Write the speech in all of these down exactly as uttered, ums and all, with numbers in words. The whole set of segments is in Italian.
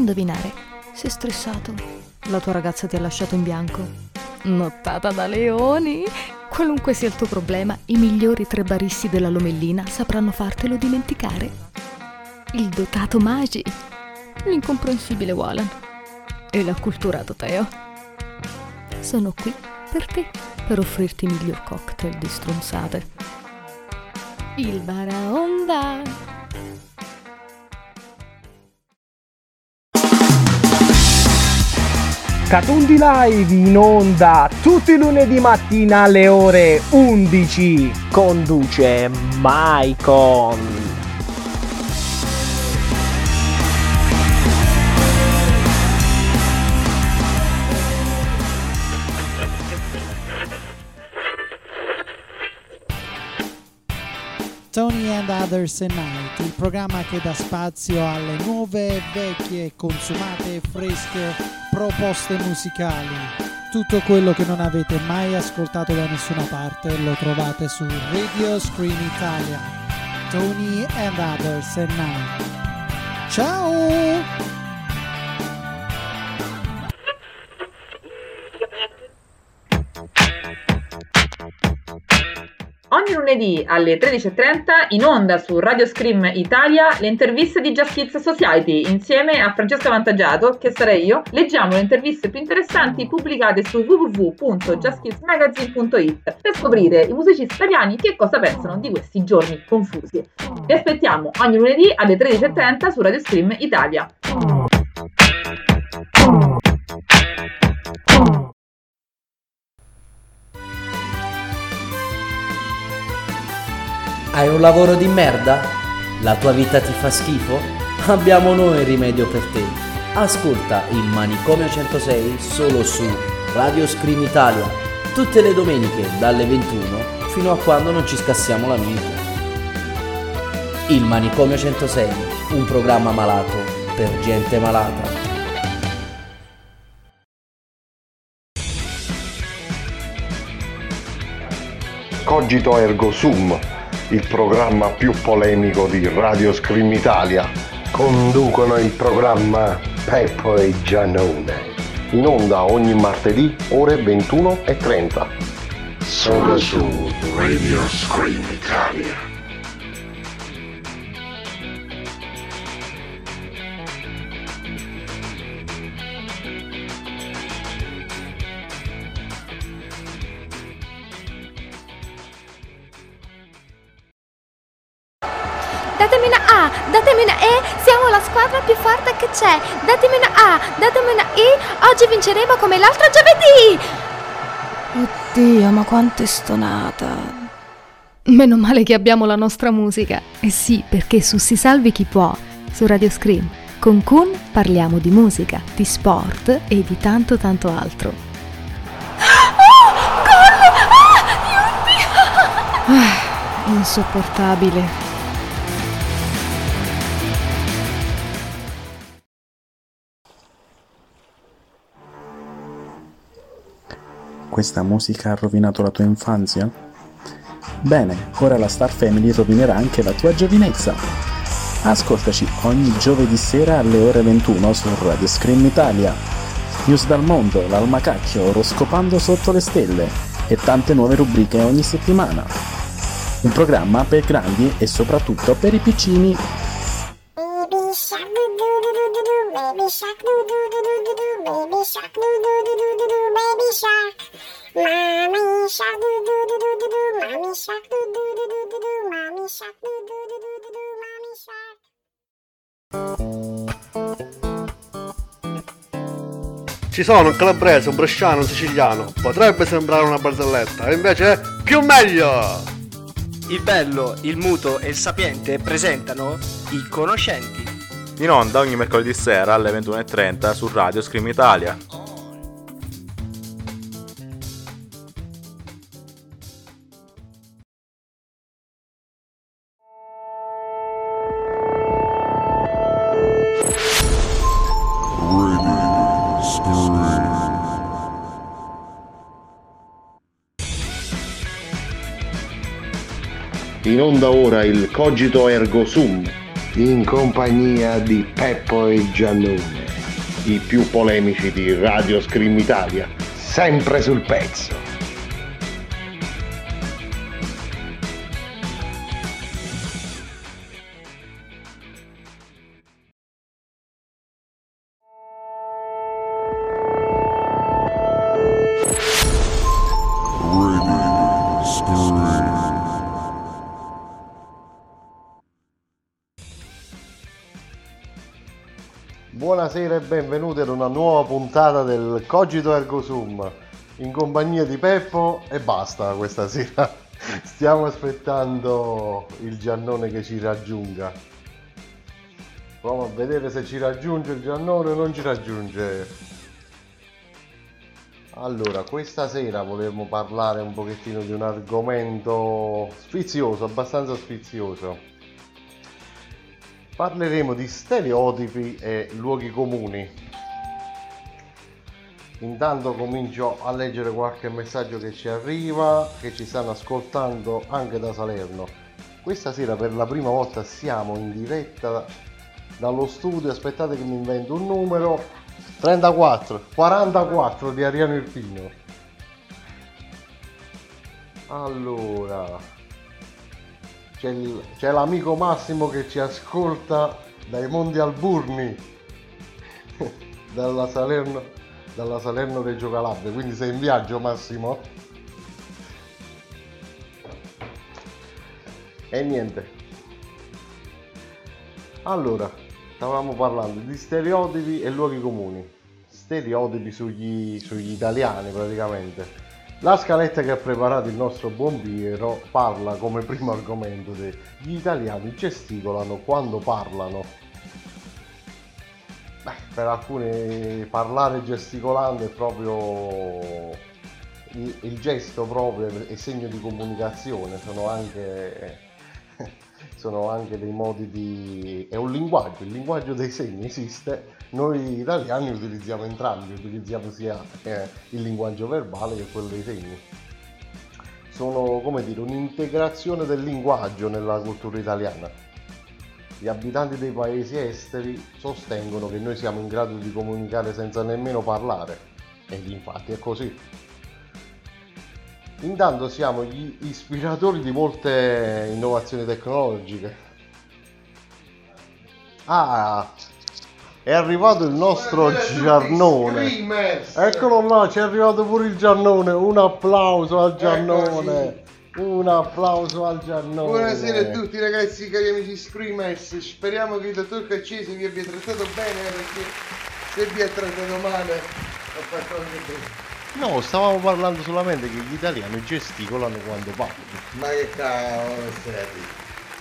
indovinare. Sei stressato? La tua ragazza ti ha lasciato in bianco? Nottata da leoni? Qualunque sia il tuo problema, i migliori tre baristi della Lomellina sapranno fartelo dimenticare. Il dotato Magi, l'incomprensibile Walan e l'acculturato Teo sono qui per te, per offrirti i miglior cocktail di stronzate. Il Baraonda. Catundi Live in onda tutti i lunedì mattina alle ore undici. Conduce Maicon. Tony and Others at Night, il programma che dà spazio alle nuove, vecchie, consumate e fresche proposte musicali. Tutto quello che non avete mai ascoltato da nessuna parte lo trovate su Radio Scream Italia. Tony and Others at Night. Ciao! Ogni lunedì alle tredici e trenta in onda su Radio Scream Italia le interviste di Just Kids Society insieme a Francesca Vantaggiato, che sarei io. Leggiamo le interviste più interessanti pubblicate su w w w punto just kids magazine punto i t per scoprire i musicisti italiani che cosa pensano di questi giorni confusi. Vi aspettiamo ogni lunedì alle tredici e trenta su Radio Scream Italia. Hai un lavoro di merda? La tua vita ti fa schifo? Abbiamo noi il rimedio per te. Ascolta il Manicomio centosei solo su Radio Scream Italia, tutte le domeniche dalle ventuno fino a quando non ci scassiamo la minchia. Il Manicomio centosei, un programma malato per gente malata. Cogito ergo sum, il programma più polemico di Radio Scream Italia. Conducono il programma Peppo e Giannone. In onda ogni martedì ore ventuno e trenta. Solo su Radio Scream Italia. Datemi una A, datemi una E, siamo la squadra più forte che c'è. Datemi una A, datemi una I, oggi vinceremo come l'altro giovedì. Oddio, ma quanto è stonata. Meno male che abbiamo la nostra musica. Eh sì, perché su Si Salvi Chi Può, su Radio Scream, con Kun parliamo di musica, di sport e di tanto tanto altro. Oh, gol! Ah, aiuti! Ah, insopportabile. Questa musica ha rovinato la tua infanzia? Bene, ora la Star Family rovinerà anche la tua giovinezza. Ascoltaci ogni giovedì sera alle ore ventuno su Radio Scream Italia. News dal mondo, l'almacacchio, oroscopando sotto le stelle e tante nuove rubriche ogni settimana. Un programma per grandi e soprattutto per i piccini. Baby shark doo doo doo doo doo, baby shark doo doo doo doo doo, baby shark doo doo doo doo doo, baby shark. Mommy shark doo doo doo doo doo, mommy shark doo doo doo doo doo, mommy shark doo doo doo doo doo, mommy shark. Ci sono un calabrese, un bresciano, un siciliano. Potrebbe sembrare una barzelletta, e invece è più meglio! Il bello, il muto e il sapiente presentano I Conoscenti. In onda ogni mercoledì sera alle ventuno e trenta su Radio Scream Italia. In onda ora il Cogito Ergo Sum, in compagnia di Peppo e Giannone. i più polemici di Radio Scream Italia, sempre sul pezzo. Buonasera e benvenuti ad una nuova puntata del Cogito Ergo Sum in compagnia di Peppo e basta questa sera. Stiamo aspettando il Giannone che ci raggiunga. Proviamo a vedere se ci raggiunge il Giannone o non ci raggiunge. Allora, questa sera volevo parlare un pochettino di un argomento sfizioso, abbastanza sfizioso. Parleremo di stereotipi e luoghi comuni. Intanto comincio a leggere qualche messaggio che ci arriva, che ci stanno ascoltando anche da Salerno. Questa sera per la prima volta siamo in diretta dallo studio, aspettate che mi invento un numero, trentaquattro, quarantaquattro di Ariano Irpino. Allora... C'è, il, c'è l'amico Massimo che ci ascolta dai Monti Alburni, dalla Salerno, dalla Salerno Reggio Calabria, quindi sei in viaggio Massimo? E niente. Allora, stavamo parlando di stereotipi e luoghi comuni, stereotipi sugli, sugli italiani praticamente. La scaletta che ha preparato il nostro buon Piero parla come primo argomento che gli italiani gesticolano quando parlano. Beh, per alcuni parlare gesticolando è proprio il, il gesto proprio, è segno di comunicazione, sono anche, sono anche dei modi di... è un linguaggio, il linguaggio dei segni esiste. Noi italiani utilizziamo entrambi, utilizziamo sia eh, il linguaggio verbale che quello dei segni. Sono, come dire, un'integrazione del linguaggio nella cultura italiana. Gli abitanti dei paesi esteri sostengono che noi siamo in grado di comunicare senza nemmeno parlare, ed infatti è così. Intanto siamo gli ispiratori di molte innovazioni tecnologiche. Ah! È arrivato il nostro Giannone. Eccolo là, ci è arrivato pure il Giannone. Un applauso al Giannone. Un applauso al Giannone. Buonasera a tutti ragazzi, cari amici Screamers. Speriamo che il dottor Caccese vi abbia trattato bene, perché se vi ha trattato male ho fatto anche bene. No, stavamo parlando solamente che gli italiani gesticolano quando parlano. Ma che cavolo stai?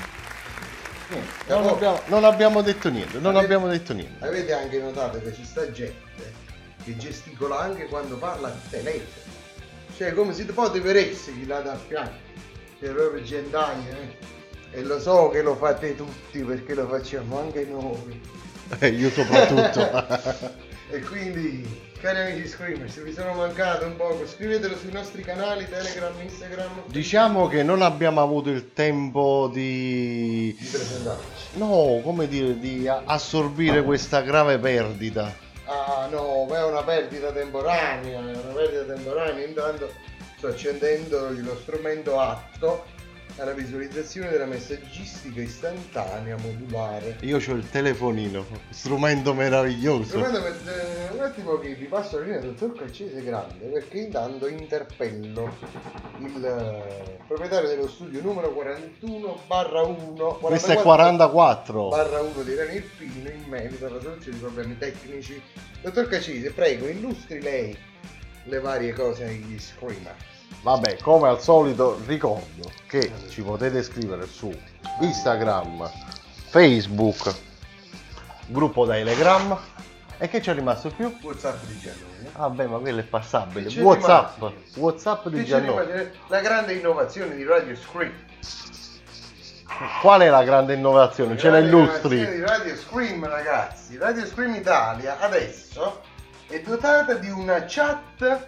Non abbiamo, non abbiamo detto niente, non avete, abbiamo detto niente. Avete anche notato che ci sta gente che gesticola anche quando parla al telefono. Cioè come se poi ti vedessi chi là da fianco. C'è proprio gentaglia, eh? E lo so che lo fate tutti perché lo facciamo anche noi. Eh, io soprattutto. E quindi, cari amici Screamer, se vi sono mancato un poco, scrivetelo sui nostri canali Telegram, Instagram. Diciamo che non abbiamo avuto il tempo di... di presentarci. No, come dire, di assorbire questa grave perdita. Ah no, è una perdita temporanea, è una perdita temporanea. Intanto sto accendendo lo strumento atto alla visualizzazione della messaggistica istantanea modulare. Io ho il telefonino, strumento meraviglioso. Strumento met- un attimo che vi passo la linea del dottor Caccese Grande, perché intanto interpello il eh, proprietario dello studio numero quarantuno barra uno. Questo è quarantaquattro barra uno di Ariano Irpino in merito alla soluzione di problemi tecnici. Dottor Caccese, prego, illustri lei le varie cose agli Screamer. Vabbè, come al solito ricordo che ci potete scrivere su Instagram, Facebook, gruppo Telegram, e che c'è rimasto più? WhatsApp di Giannone. Vabbè, ma quello è passabile. WhatsApp, WhatsApp di Giannone. La grande innovazione di Radio Scream. Qual è la grande innovazione? La Ce la illustri? di Radio Scream, ragazzi. Radio Scream Italia adesso è dotata di una chat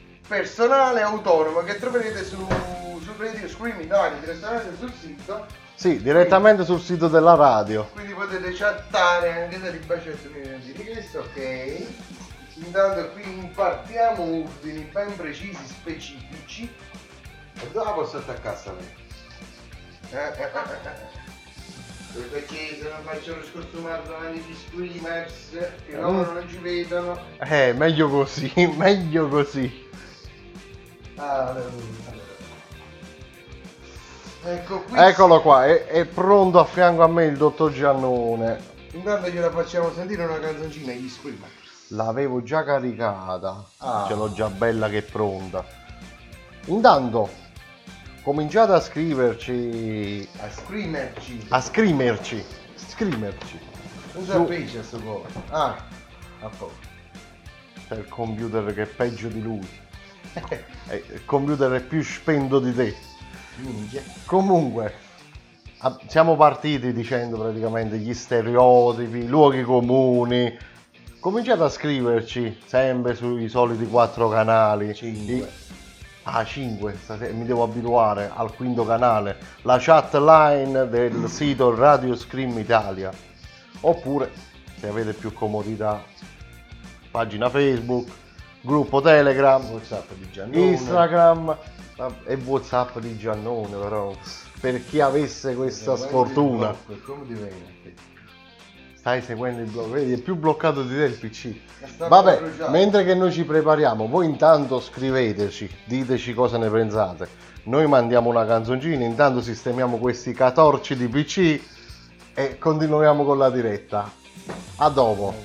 personale autonoma che troverete su, su Radio Scream Italia, direttamente sul sito, Sì, direttamente sul sito della radio. Quindi potete chattare anche da ribacetto di richiesta, ok? Intanto qui impartiamo ordini ben precisi, specifici. E dove la posso attaccare sta me? Eh, eh, eh, eh. Perché se non faccio lo sconsumare davanti agli screamers, che loro non ci vedono. Eh, meglio così, meglio così. Ah, ecco qui. Eccolo qua, è, è pronto a fianco a me il dottor Giannone. Intanto gliela facciamo sentire una canzoncina, gli screamers. L'avevo già caricata, Ah. ce l'ho già bella che è pronta. Intanto cominciate a scriverci, A screamerci. a scrimerci, scrimerci. Non Su- sapete sto coso. Ah, a poco. C'è il computer che è peggio di lui. Eh, il computer è più spento di te. Minchia. Comunque, a- siamo partiti dicendo praticamente gli stereotipi, i luoghi comuni. Cominciate a scriverci sempre sui soliti quattro canali. Cinque. Ah, cinque, stasera mi devo abituare al quinto canale. La chat line del sito Radio Scream Italia. Oppure, se avete più comodità, pagina Facebook, gruppo Telegram, WhatsApp di Giannone. Instagram e WhatsApp di Giannone, però per chi avesse questa sfortuna. Come diventa? Stai seguendo il blog, vedi, è più bloccato di te il P C. sta Vabbè, bruciato. mentre che noi ci prepariamo, voi intanto scriveteci, diteci cosa ne pensate. Noi mandiamo una canzoncina, intanto sistemiamo questi catorci di P C e continuiamo con la diretta. A dopo.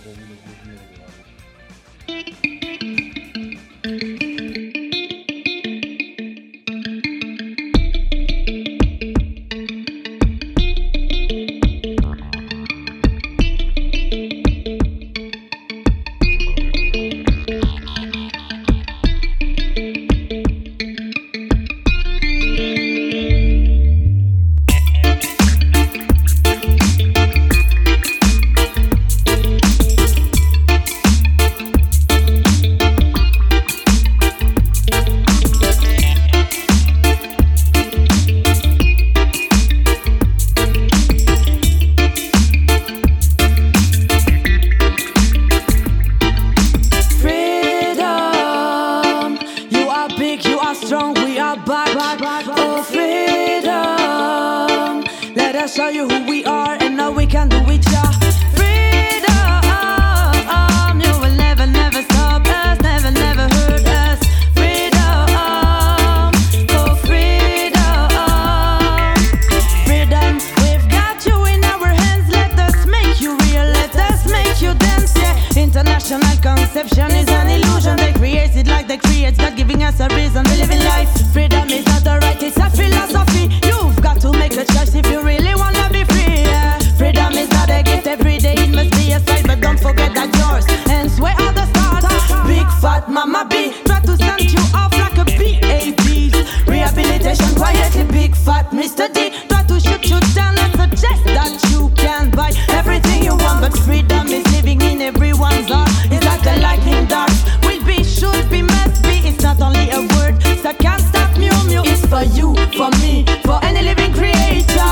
For you, for me, for any living creator.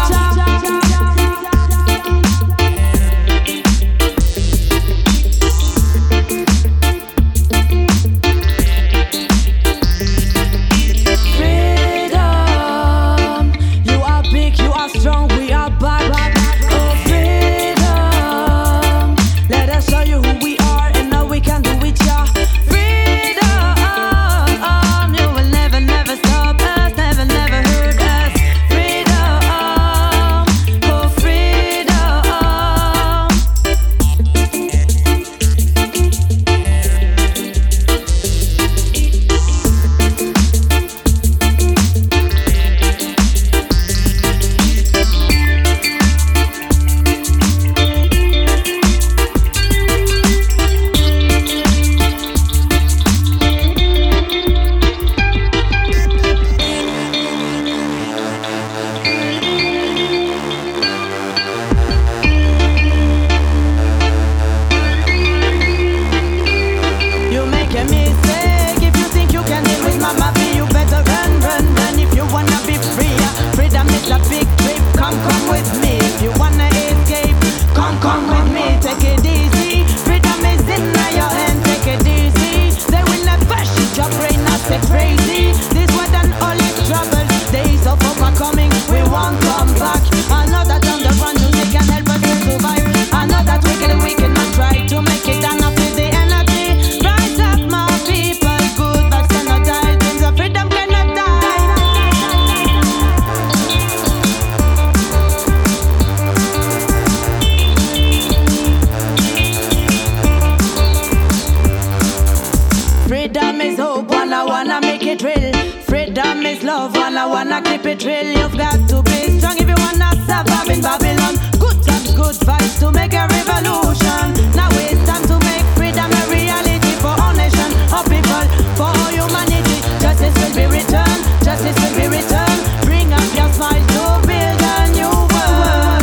love one, I wanna keep it real. You've got to be strong if you wanna survive in Babylon. Good times, good vibes to make a revolution. Now it's time to make freedom a reality for all nation, all people, for all humanity. Justice will be returned, justice will be returned. Bring up your smile to build a new world.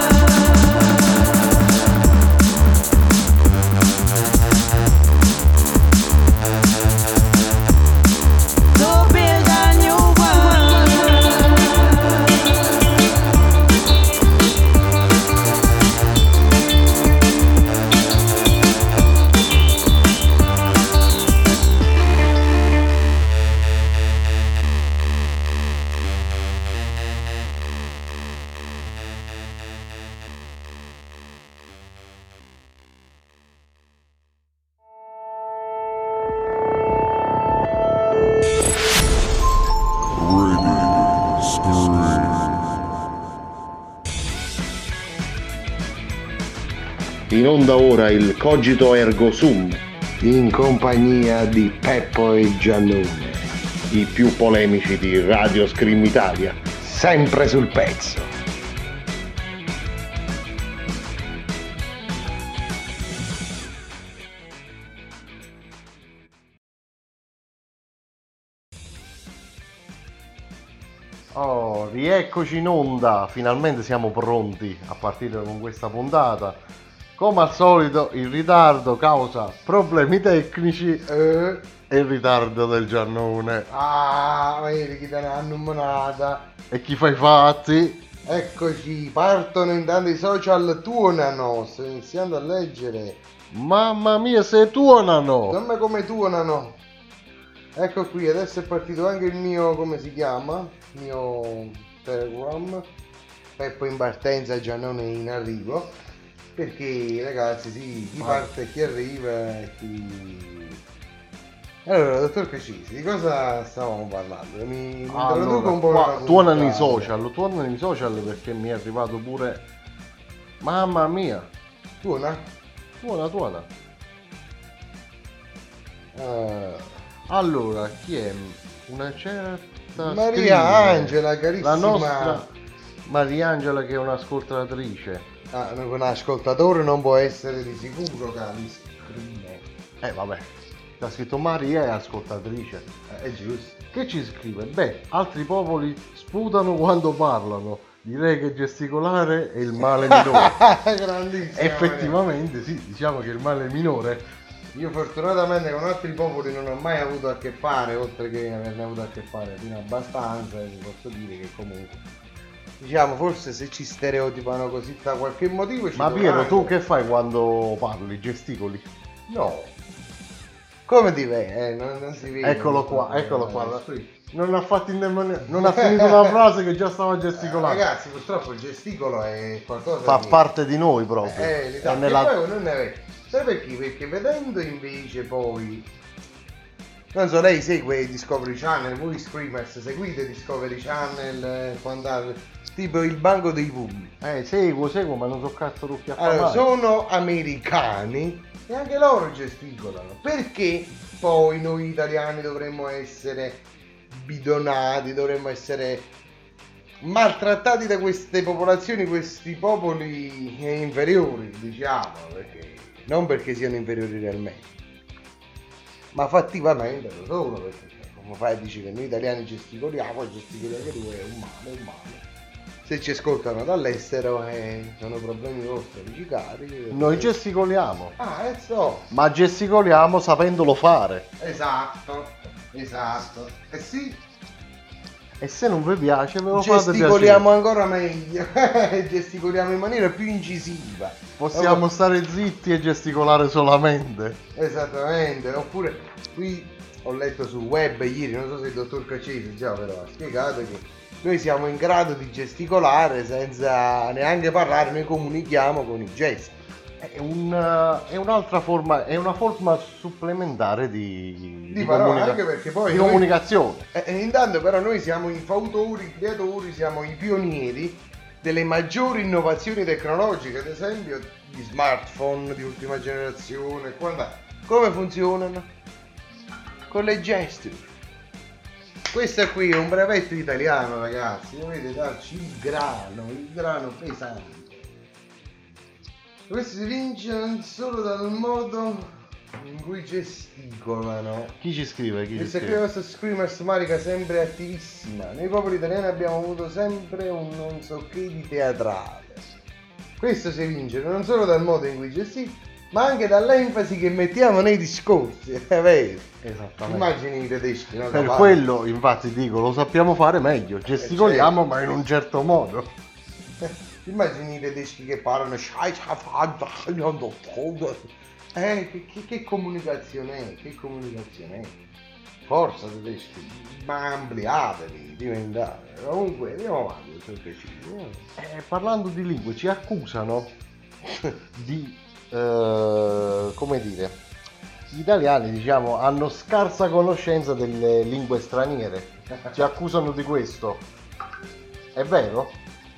To build a new In onda ora il Cogito Ergo Sum, in compagnia di Peppo e Giannone, i più polemici di Radio Scream Italia, sempre sul pezzo. Oh, rieccoci in onda, finalmente siamo pronti a partire con questa puntata. Come al solito il ritardo causa problemi tecnici Eh, e il ritardo del Giannone. ah, vedi chi te ne hanno monata. E chi fa i fatti? Eccoci, partono intanto i social, tuonano, sto iniziando a leggere. Mamma mia, se tuonano! Come come tuonano. Ecco qui, adesso è partito anche il mio, come si chiama? Il mio Telegram. Peppo in partenza, Giannone in arrivo. Perché ragazzi, sì, chi parte e chi arriva e chi... Allora, dottor Precisi, di cosa stavamo parlando? Mi, mi introduco un po' qua, la tuonano i puntata. social, tuonano i social perché mi è arrivato pure... Mamma mia! Tuona? Tuona, tuona. Uh, allora, chi è? Una certa... Maria scrive, Angela, carissima. La nostra Mariangela che è un'ascoltatrice. Ah, un ascoltatore non può essere di sicuro, cari. Scrive. Eh vabbè, c'ha scritto Maria è ascoltatrice. Eh, è giusto. Che ci scrive? Beh, altri popoli sputano quando parlano. Direi che gesticolare è il male minore. Grandissimo. Effettivamente sì, diciamo che il male minore. Io fortunatamente con altri popoli non ho mai avuto a che fare, oltre che averne avuto a che fare fino abbastanza, e vi posso dire che comunque... Diciamo, forse se ci stereotipano così da qualche motivo ci Ma dovranno. Piero, tu che fai quando parli? Gesticoli? No. Come ti vedi? Eh, non, non si vede. Eccolo qua, Eh, eccolo qua. adesso qui. Non ha fatto in non ha finito una frase che già stava gesticolando. Eh, ragazzi, purtroppo il gesticolo è qualcosa Fa di... parte di noi proprio. Eh, l'Italia. È nella... E poi non ne vede. Sai perché? Perché vedendo invece poi... Non so, lei segue Discovery Channel, voi screamers, seguite Discovery Channel, eh, quant'altro, tipo il banco dei pubblici. Eh, seguo, seguo, ma non so cazzo rucchi a Allora, parlare. sono americani e anche loro gesticolano. Perché poi noi italiani dovremmo essere bidonati, dovremmo essere maltrattati da queste popolazioni, questi popoli inferiori, diciamo, perché non perché siano inferiori realmente, ma fattivamente lo sono, perché come fai a dire che noi italiani gesticoliamo, gesticoli anche tu, è un male, è un male. Se ci ascoltano dall'estero eh, sono problemi vostri, amici cari. Noi gesticoliamo. Ah, eh so. Ma gesticoliamo sapendolo fare. Esatto, esatto. Eh sì. E se non vi piace, ve lo fate Gesticoliamo piacere. ancora meglio. Gesticoliamo in maniera più incisiva. Possiamo Opp- stare zitti e gesticolare solamente. Esattamente. Oppure qui ho letto sul web ieri, non so se il dottor Cacesi già ve l'ha spiegato, che noi siamo in grado di gesticolare senza neanche parlare, noi comunichiamo con i gesti. È, un, è un'altra forma, è una forma supplementare di, Di parola, comunica- anche perché poi di noi- comunicazione. E, e intanto però noi siamo i fautori, i creatori, siamo i pionieri delle maggiori innovazioni tecnologiche, ad esempio gli smartphone di ultima generazione. Quando, come funzionano? Con le gesture. Questo qui è un brevetto italiano, ragazzi. Dovete darci il grano, il grano pesante. Questo si vince non solo dal modo in cui gesticolano. Chi ci scrive? Chi Questa ci qui è scrive? la nostra Screamers Marica, sempre attivissima. Noi popoli italiani abbiamo avuto sempre un non so che di teatrale. Questo si vince non solo dal modo in cui gesticola, ma anche dall'enfasi che mettiamo nei discorsi. È vero. Esattamente. Immagini i tedeschi, no? Per Capaci. quello, infatti, dico, lo sappiamo fare meglio. Gesticoliamo, certo. ma in un certo modo. Immagini i tedeschi che parlano. Eh, che, che, che comunicazione è? Che comunicazione è? Forza tedeschi, ma ampliatevi, diventate. Comunque, andiamo avanti. Eh, parlando di lingue, ci accusano di, eh, come dire, gli italiani, diciamo, hanno scarsa conoscenza delle lingue straniere. Ci accusano di questo. È vero?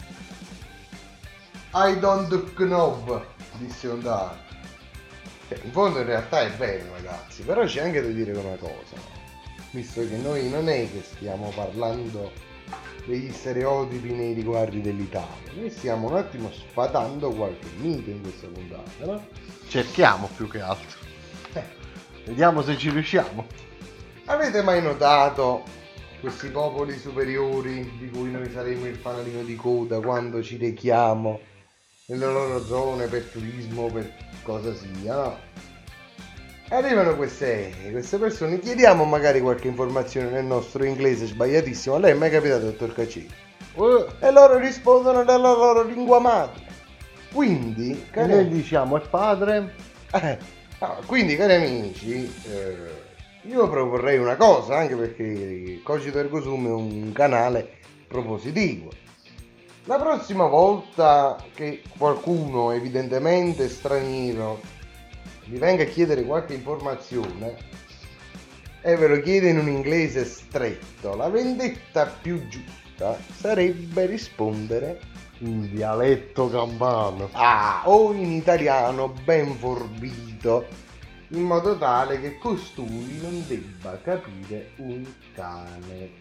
I don't know, disse un Dark. Cioè, in fondo in realtà è vero, ragazzi, però c'è anche da dire una cosa, visto che noi non è che stiamo parlando degli stereotipi nei riguardi dell'Italia, noi stiamo un attimo sfatando qualche mito in questa puntata, no? Cerchiamo più che altro. Eh, vediamo se ci riusciamo. Avete mai notato questi popoli superiori di cui noi saremo il fanalino di coda quando ci rechiamo nelle loro zone per turismo, per cosa sia, no? Arrivano queste, queste persone, chiediamo magari qualche informazione nel nostro inglese sbagliatissimo. A lei è mai capitato, dottor Cacci? Uh, e loro rispondono nella loro lingua madre. Quindi, E cari, noi diciamo il padre. eh, ah, quindi, cari amici, eh, io proporrei una cosa, anche perché Cogito Ergo Sum è un canale propositivo. La prossima volta che qualcuno, evidentemente straniero, vi venga a chiedere qualche informazione e ve lo chiede in un inglese stretto, la vendetta più giusta sarebbe rispondere in dialetto campano, ah, o in italiano ben forbito, in modo tale che costui non debba capire un cane.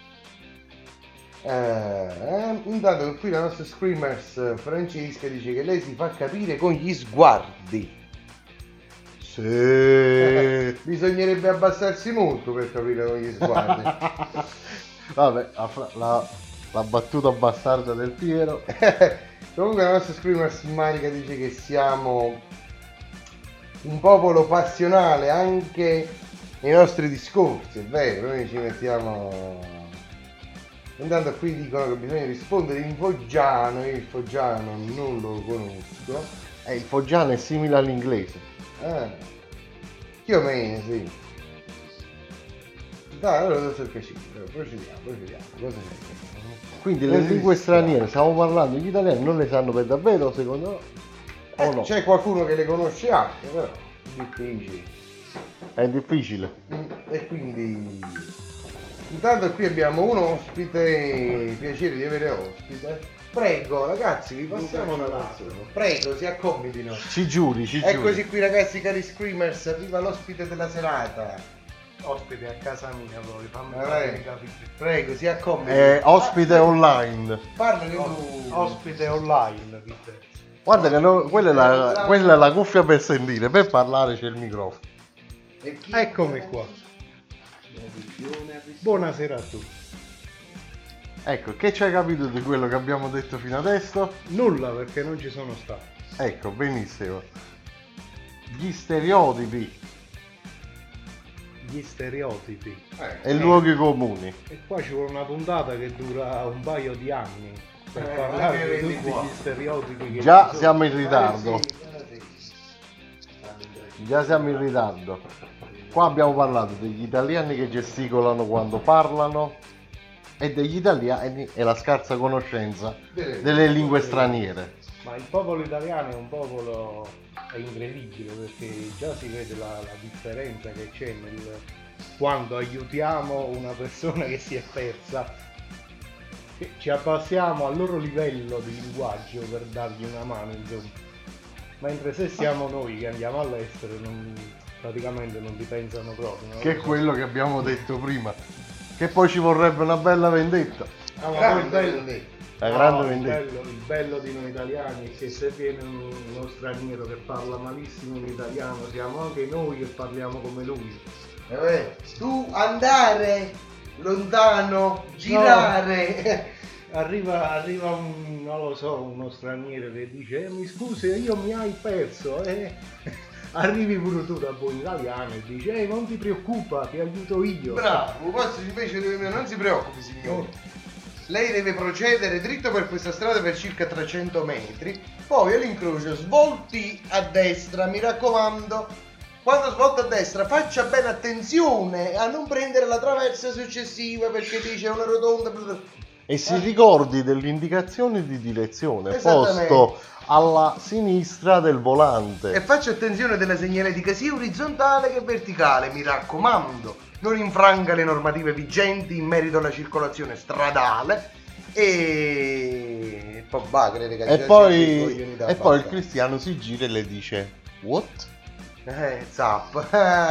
Eh, intanto qui la nostra Screamers Francesca dice che lei si fa capire con gli sguardi. Sì. Eh, bisognerebbe abbassarsi molto per capire con gli sguardi. Vabbè, la, la, la battuta bastarda del Piero. Comunque la nostra Screamers Marica dice che siamo un popolo passionale anche nei nostri discorsi, è vero, noi ci mettiamo. Intanto qui dicono che bisogna rispondere in foggiano, io il foggiano non lo conosco. Eh, il foggiano è simile all'inglese. Ah, più o meno, sì. Dai, allora dottor Cacci, procediamo, procediamo. Cosa c'è? Quindi le lingue straniere, stiamo parlando, gli italiani non le sanno per davvero, secondo me? O no? C'è qualcuno che le conosce anche, però è difficile. È difficile. E quindi... Intanto qui abbiamo un ospite, piacere di avere ospite. Prego ragazzi, vi passiamo una persona. Prego, si accomodino. Ci giuri, ci giuri. Eccoci qui ragazzi, cari Screamers, arriva l'ospite della serata. Ospite a casa mia, poi fammi Eh, fare capire. Prego, si accomodi. È ospite online. Parlane Os- tu. Ospite online, Peter. Guarda che no- quella, è la, quella è la cuffia per sentire, per parlare c'è il microfono. Eccomi qua. Buonasera a tutti. Ecco, che ci hai capito di quello che abbiamo detto fino adesso? Nulla, perché non ci sono stato. Ecco, benissimo. Gli stereotipi Gli stereotipi. e luoghi comuni. E qua ci vuole una puntata che dura un paio di anni per Eh, parlare anche di vedi tutti qua. gli stereotipi che Già ci sono. siamo in ritardo. Eh, sì, sì. Già siamo in ritardo. Qua abbiamo parlato degli italiani che gesticolano quando parlano e degli italiani e la scarsa conoscenza delle lingue straniere. Ma il popolo italiano è un popolo è incredibile, perché già si vede la, la differenza che c'è nel quando aiutiamo una persona che si è persa, che ci abbassiamo al loro livello di linguaggio per dargli una mano, insomma. Mentre se siamo noi che andiamo all'estero non, praticamente non li pensano proprio, no? Che è quello che abbiamo detto prima. Che poi ci vorrebbe una bella vendetta. Ah, ma Grande poi il bello, vendetta. La no, grande il vendetta. bello, il bello di noi italiani è che se viene un- uno straniero che parla malissimo in italiano, siamo anche noi che parliamo come lui. Eh, tu andare lontano, girare. Arriva, arriva un, non lo so, uno straniero che dice eh, mi scusi, io mi hai perso. Eh. Arrivi pure tu da buon italiano e dici eh, non ti preoccupa, ti aiuto io. Bravo, questo invece deve- non si preoccupi signore. Lei deve procedere dritto per questa strada per circa trecento metri, poi all'incrocio svolti a destra, mi raccomando. Quando svolta a destra faccia bene attenzione a non prendere la traversa successiva perché dice una rotonda. bla bla. E si ricordi delle indicazioni di direzione Esattamente. posto alla sinistra del volante. E faccia attenzione della segnaletica sia orizzontale che verticale, mi raccomando. Non infranga le normative vigenti in merito alla circolazione stradale e poi bagre, E ragazzi. poi, e poi il cristiano si gira e le dice what? Eh, zap.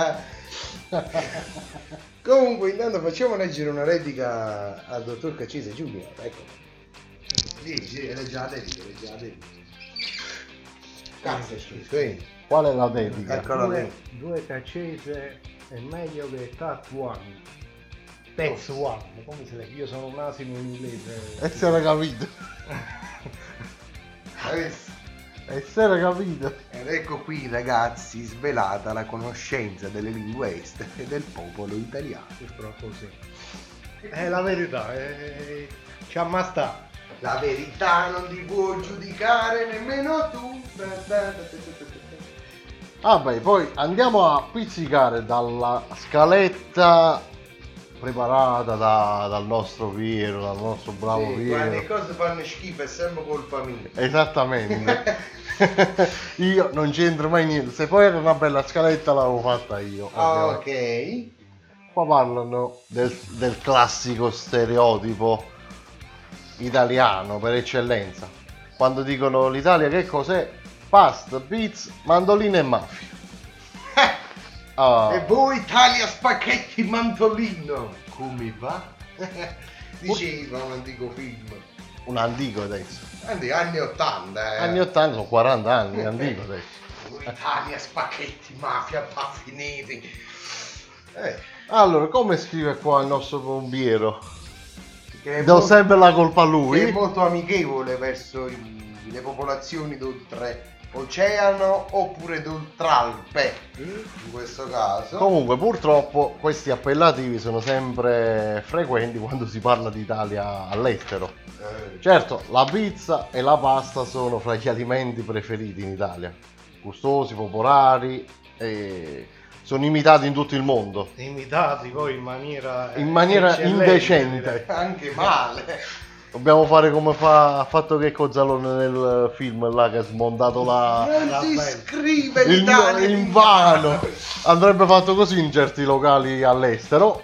Comunque intanto facciamo leggere una dedica al dottor Caccese Junior, ecco. Sì, sì, legge la dedica, legge la dedica. Cazzo è scritto, eh? Qual è la dedica? Eccola Due, lì. due Caccese è meglio che Tat One. Tex One, come si legge? Io sono un asino in inglese. E si era capito. Hai visto? E si era capito. Ed ecco qui ragazzi svelata la conoscenza delle lingue estere del popolo italiano. Purtroppo sì. È la verità, è... ci ammasta. La verità non ti può giudicare nemmeno tu. Ah beh, poi andiamo a pizzicare dalla scaletta preparata da- dal nostro Piero, dal nostro bravo Sì, Piero. quando le cose fanno schifo è sempre colpa mia. Esattamente. Io non c'entro mai niente. Se poi era una bella scaletta l'avevo fatta io. ovviamente. Ok. Qua parlano del, del classico stereotipo italiano per eccellenza. Quando dicono l'Italia che cos'è? Pasta, pizza, mandolina e mafia. Ah. E voi Italia spaghetti mandolino. Come va? Diceva un antico film. Un antico adesso. Anni, anni ottanta, eh. Anni ottanta sono quaranta anni, antico adesso. Italia spaghetti mafia baffiniti. Eh. Allora, come scrive qua il nostro pompiero? Che è Do molto- sempre la colpa a lui. Che è molto amichevole verso i- le popolazioni d'oltreoceano oppure d'oltralpe in questo caso. Comunque purtroppo questi appellativi sono sempre frequenti quando si parla di Italia all'estero. Eh, Certo, la pizza e la pasta sono fra gli alimenti preferiti in Italia. Gustosi, popolari e sono imitati in tutto il mondo. Imitati poi in maniera In maniera eccellente, indecente. direi. anche male. Dobbiamo fare come fa, ha fatto Checco Zalone nel film là che ha smontato la... Non si scrive il, l'Italia in vano. Andrebbe fatto così in certi locali all'estero.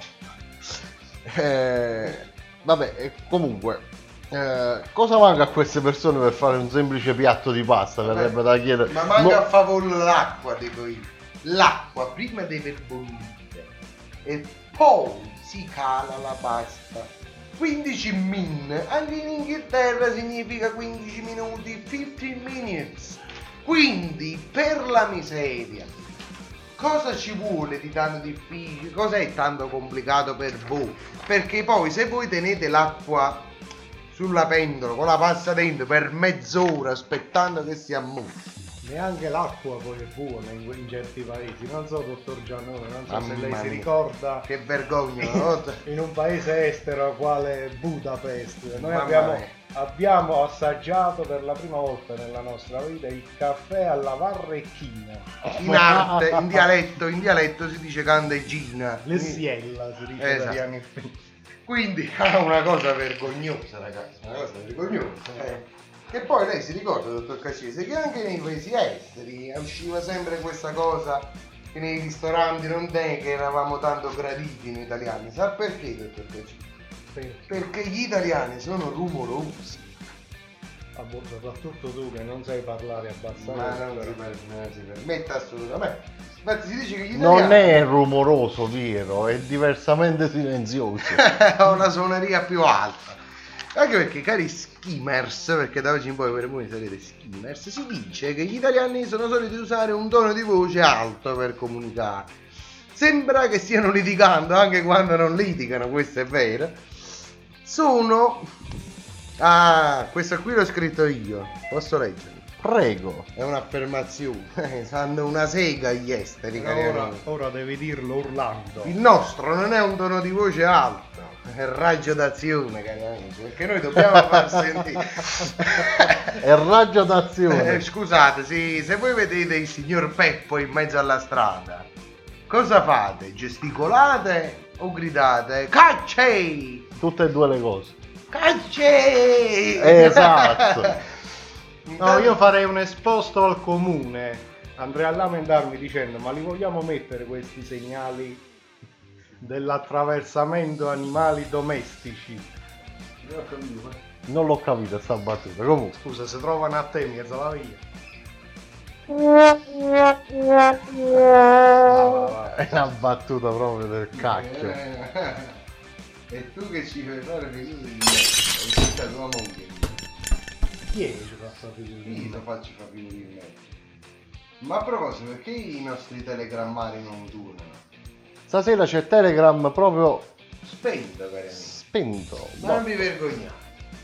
Eh, vabbè, e comunque, eh, cosa manca a queste persone per fare un semplice piatto di pasta? Verrebbe da chiedere. Ma manca No- a favore l'acqua, dico io. L'acqua prima deve bollire e poi si cala la pasta. quindici min, anche in Inghilterra significa quindici minuti, quindici minutes. Quindi, per la miseria, cosa ci vuole di tanto difficile? Cos'è tanto complicato per voi? Perché poi se voi tenete l'acqua sulla pentola con la pasta dentro per mezz'ora aspettando che si ammucchi, Neanche l'acqua poi è buona in, in certi paesi, non so dottor Giannone, non so se lei Mamma si mia. ricorda che vergogna, no? in un paese estero quale Budapest, noi Mamma abbiamo, mia. abbiamo assaggiato per la prima volta nella nostra vita il caffè alla varrecchina. In arte, in dialetto, in dialetto si dice candeggina. Lessiella si dice Esatto. dagli anni. Quindi è una cosa vergognosa, ragazzi, una cosa vergognosa. eh. Che poi lei si ricorda, dottor Caccese, che anche nei paesi esteri usciva sempre questa cosa che nei ristoranti non è che eravamo tanto graditi noi italiani. Sa perché, dottor Caccese? Perché gli italiani sono rumorosi. Ah, boh, soprattutto tu che non sai parlare abbastanza. Ma non si, per- non si permette assolutamente. Infatti si dice che gli Non italiani è rumoroso, Piero, è diversamente silenzioso. ha una suoneria più alta. Anche perché, cari skimmers, perché da oggi in poi per voi sarete skimmers, si dice che gli italiani sono soliti usare un tono di voce alto per comunicare. Sembra che stiano litigando anche quando non litigano, questo è vero. Sono... Ah, questo qui l'ho scritto io. Posso leggere? Prego. È un'affermazione. Sanno una sega gli esteri, cari Ora, amici. ora devi dirlo urlando. Il nostro non è un tono di voce alto, è raggio d'azione, cari amici, perché noi dobbiamo far sentire. È raggio d'azione. Eh, scusate, sì, se voi vedete il signor Peppo in mezzo alla strada, cosa fate? Gesticolate o gridate cacce? Tutte e due le cose. Cacce! Esatto. No, io farei un esposto al comune. Andrei a lamentarmi dicendo: ma li vogliamo mettere questi segnali dell'attraversamento animali domestici? Non l'ho capito sta battuta. Comunque. Scusa, se trovano a te in mezzo alla via. È una battuta proprio del cacchio. E tu che ci fai fare figure di me? Hai tutta tua moglie. Chi è che ci fa fare figure di Io me? lo faccio fare figure di me. Ma a proposito, perché i nostri telegrammari non durano? Stasera c'è Telegram proprio Spento, cari amici. spento. Ma non vi vergognate.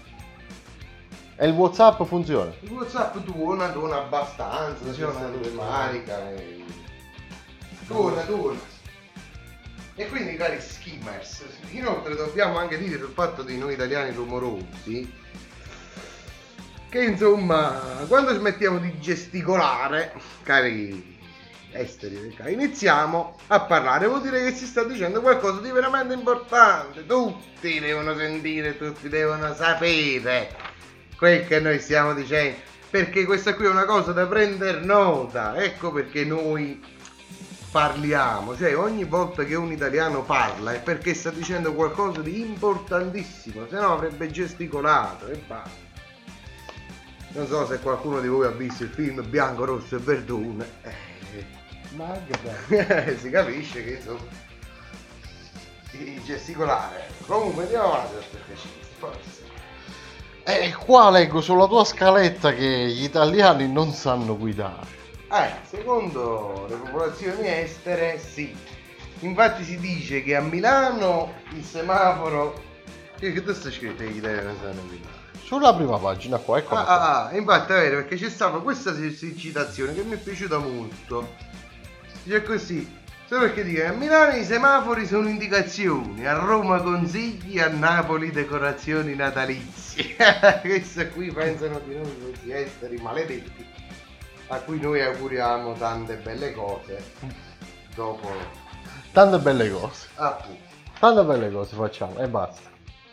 E il WhatsApp funziona. Il WhatsApp tuona, tuona abbastanza, Funziona c'è tutto. due carica. E... Tuona, tuona. E quindi, cari skimmers, inoltre dobbiamo anche dire sul fatto di noi italiani rumorosi, che insomma, quando smettiamo di gesticolare, cari esteri, iniziamo a parlare, vuol dire che si sta dicendo qualcosa di veramente importante. Tutti devono sentire, tutti devono sapere quel che noi stiamo dicendo, perché questa qui è una cosa da prendere nota. Ecco perché noi parliamo, cioè ogni volta che un italiano parla è perché sta dicendo qualcosa di importantissimo, se no avrebbe gesticolato e basta. Non so se qualcuno di voi ha visto il film Bianco, Rosso e Verdone, eh, Ma anche beh. si capisce che insomma di gesticolare. Comunque andiamo avanti, perché ci forse. E qua leggo sulla tua scaletta che gli italiani non sanno guidare. Eh, secondo le popolazioni estere sì. Infatti si dice che a Milano il semaforo... Che, che sta scritto che gli italiani non sanno guidare? Sulla prima pagina qua, ecco. Ah, ah, ah, infatti è vero, perché c'è stata questa citazione che mi è piaciuta molto. Dice così: solo perché dice a Milano i semafori sono indicazioni, a Roma consigli, a Napoli decorazioni natalizie. Questi qui pensano di noi questi esteri maledetti, a cui noi auguriamo tante belle cose dopo. Tante belle cose. Appunto. Tante belle cose facciamo e basta.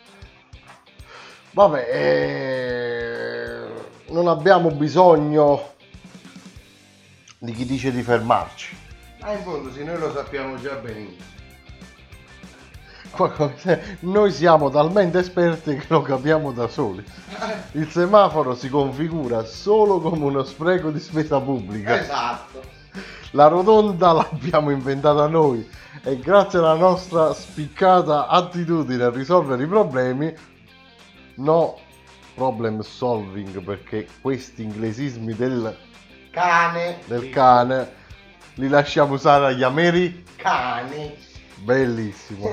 Vabbè, eh, non abbiamo bisogno di chi dice di fermarci. Ah, in fondo sì, noi lo sappiamo già benissimo. Noi siamo talmente esperti che lo capiamo da soli. Il semaforo si configura solo come uno spreco di spesa pubblica. Esatto. La rotonda l'abbiamo inventata noi e grazie alla nostra spiccata attitudine a risolvere i problemi, no problem solving, perché questi inglesismi del Cane. del cane li lasciamo usare agli americani. Bellissimo.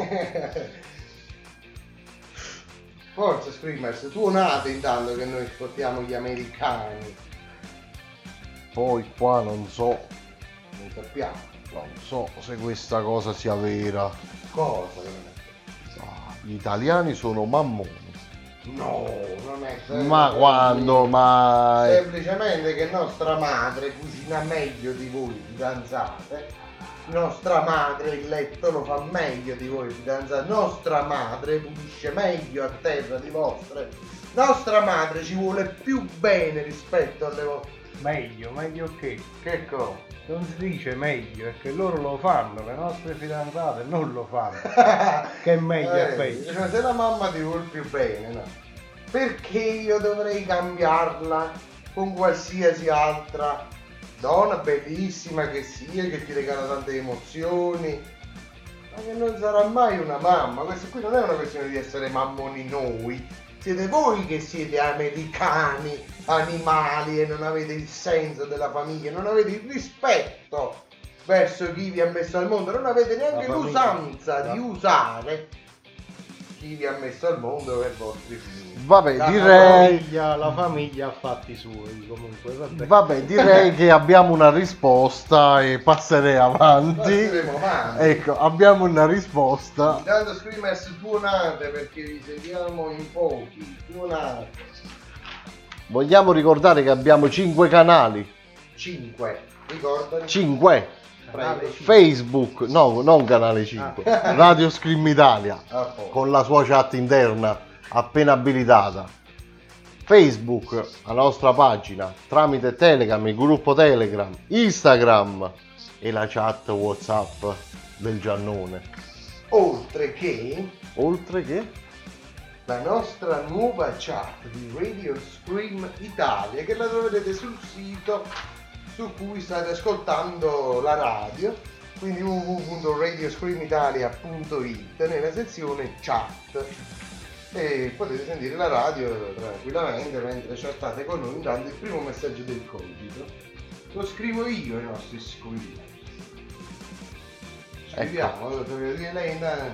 Forza Screamers, tuonate intanto che noi ascoltiamo gli americani. Poi qua non so, Non sappiamo. non so se questa cosa sia vera. Cosa? Ah, gli italiani sono mammoni. No, non è vero. Ma quando mai? Semplicemente che nostra madre cucina meglio di voi fidanzate. Nostra madre il letto lo fa meglio di voi fidanzate. Nostra madre pulisce meglio a terra di vostre. Nostra madre ci vuole più bene rispetto alle vostre. Meglio, meglio che? Che cosa? Non si dice meglio, è che loro lo fanno, le nostre fidanzate non lo fanno. Che è meglio Eh, è peggio. cioè, se la mamma ti vuole più bene, no? Perché io dovrei cambiarla con qualsiasi altra donna bellissima che sia, che ti regala tante emozioni, ma che non sarà mai una mamma. Questa qui non è una questione di essere mammoni noi, siete voi che siete americani, animali, e non avete il senso della famiglia, non avete il rispetto verso chi vi ha messo al mondo, non avete neanche l'usanza di usare chi vi ha messo al mondo per vostri figli. Vabbè, la direi famiglia, la famiglia ha fatti suoi comunque. Vabbè, vabbè direi che abbiamo una risposta e passerei avanti. Passeremo avanti. Ecco, abbiamo una risposta. Intanto Screamers, tuonate perché vi sentiamo in pochi. Tuonate. Vogliamo ricordare che abbiamo cinque canali. cinque, ricordali. cinque. Prego. Facebook, no, non canale cinque. Ah. Radio Scream Italia, Ah, con la sua chat interna appena abilitata. Facebook, la nostra pagina, tramite Telegram, il gruppo Telegram, Instagram e la chat WhatsApp del Giannone. Oltre che Oltre che la nostra nuova chat di Radio Scream Italia, che la troverete sul sito su cui state ascoltando la radio, quindi w w w punto radio scream italia punto i t, nella sezione chat, e potete sentire la radio tranquillamente mentre chattate con noi. Intanto il primo messaggio del cogito lo scrivo io ai nostri squilli. Scriviamo, ecco. Elena.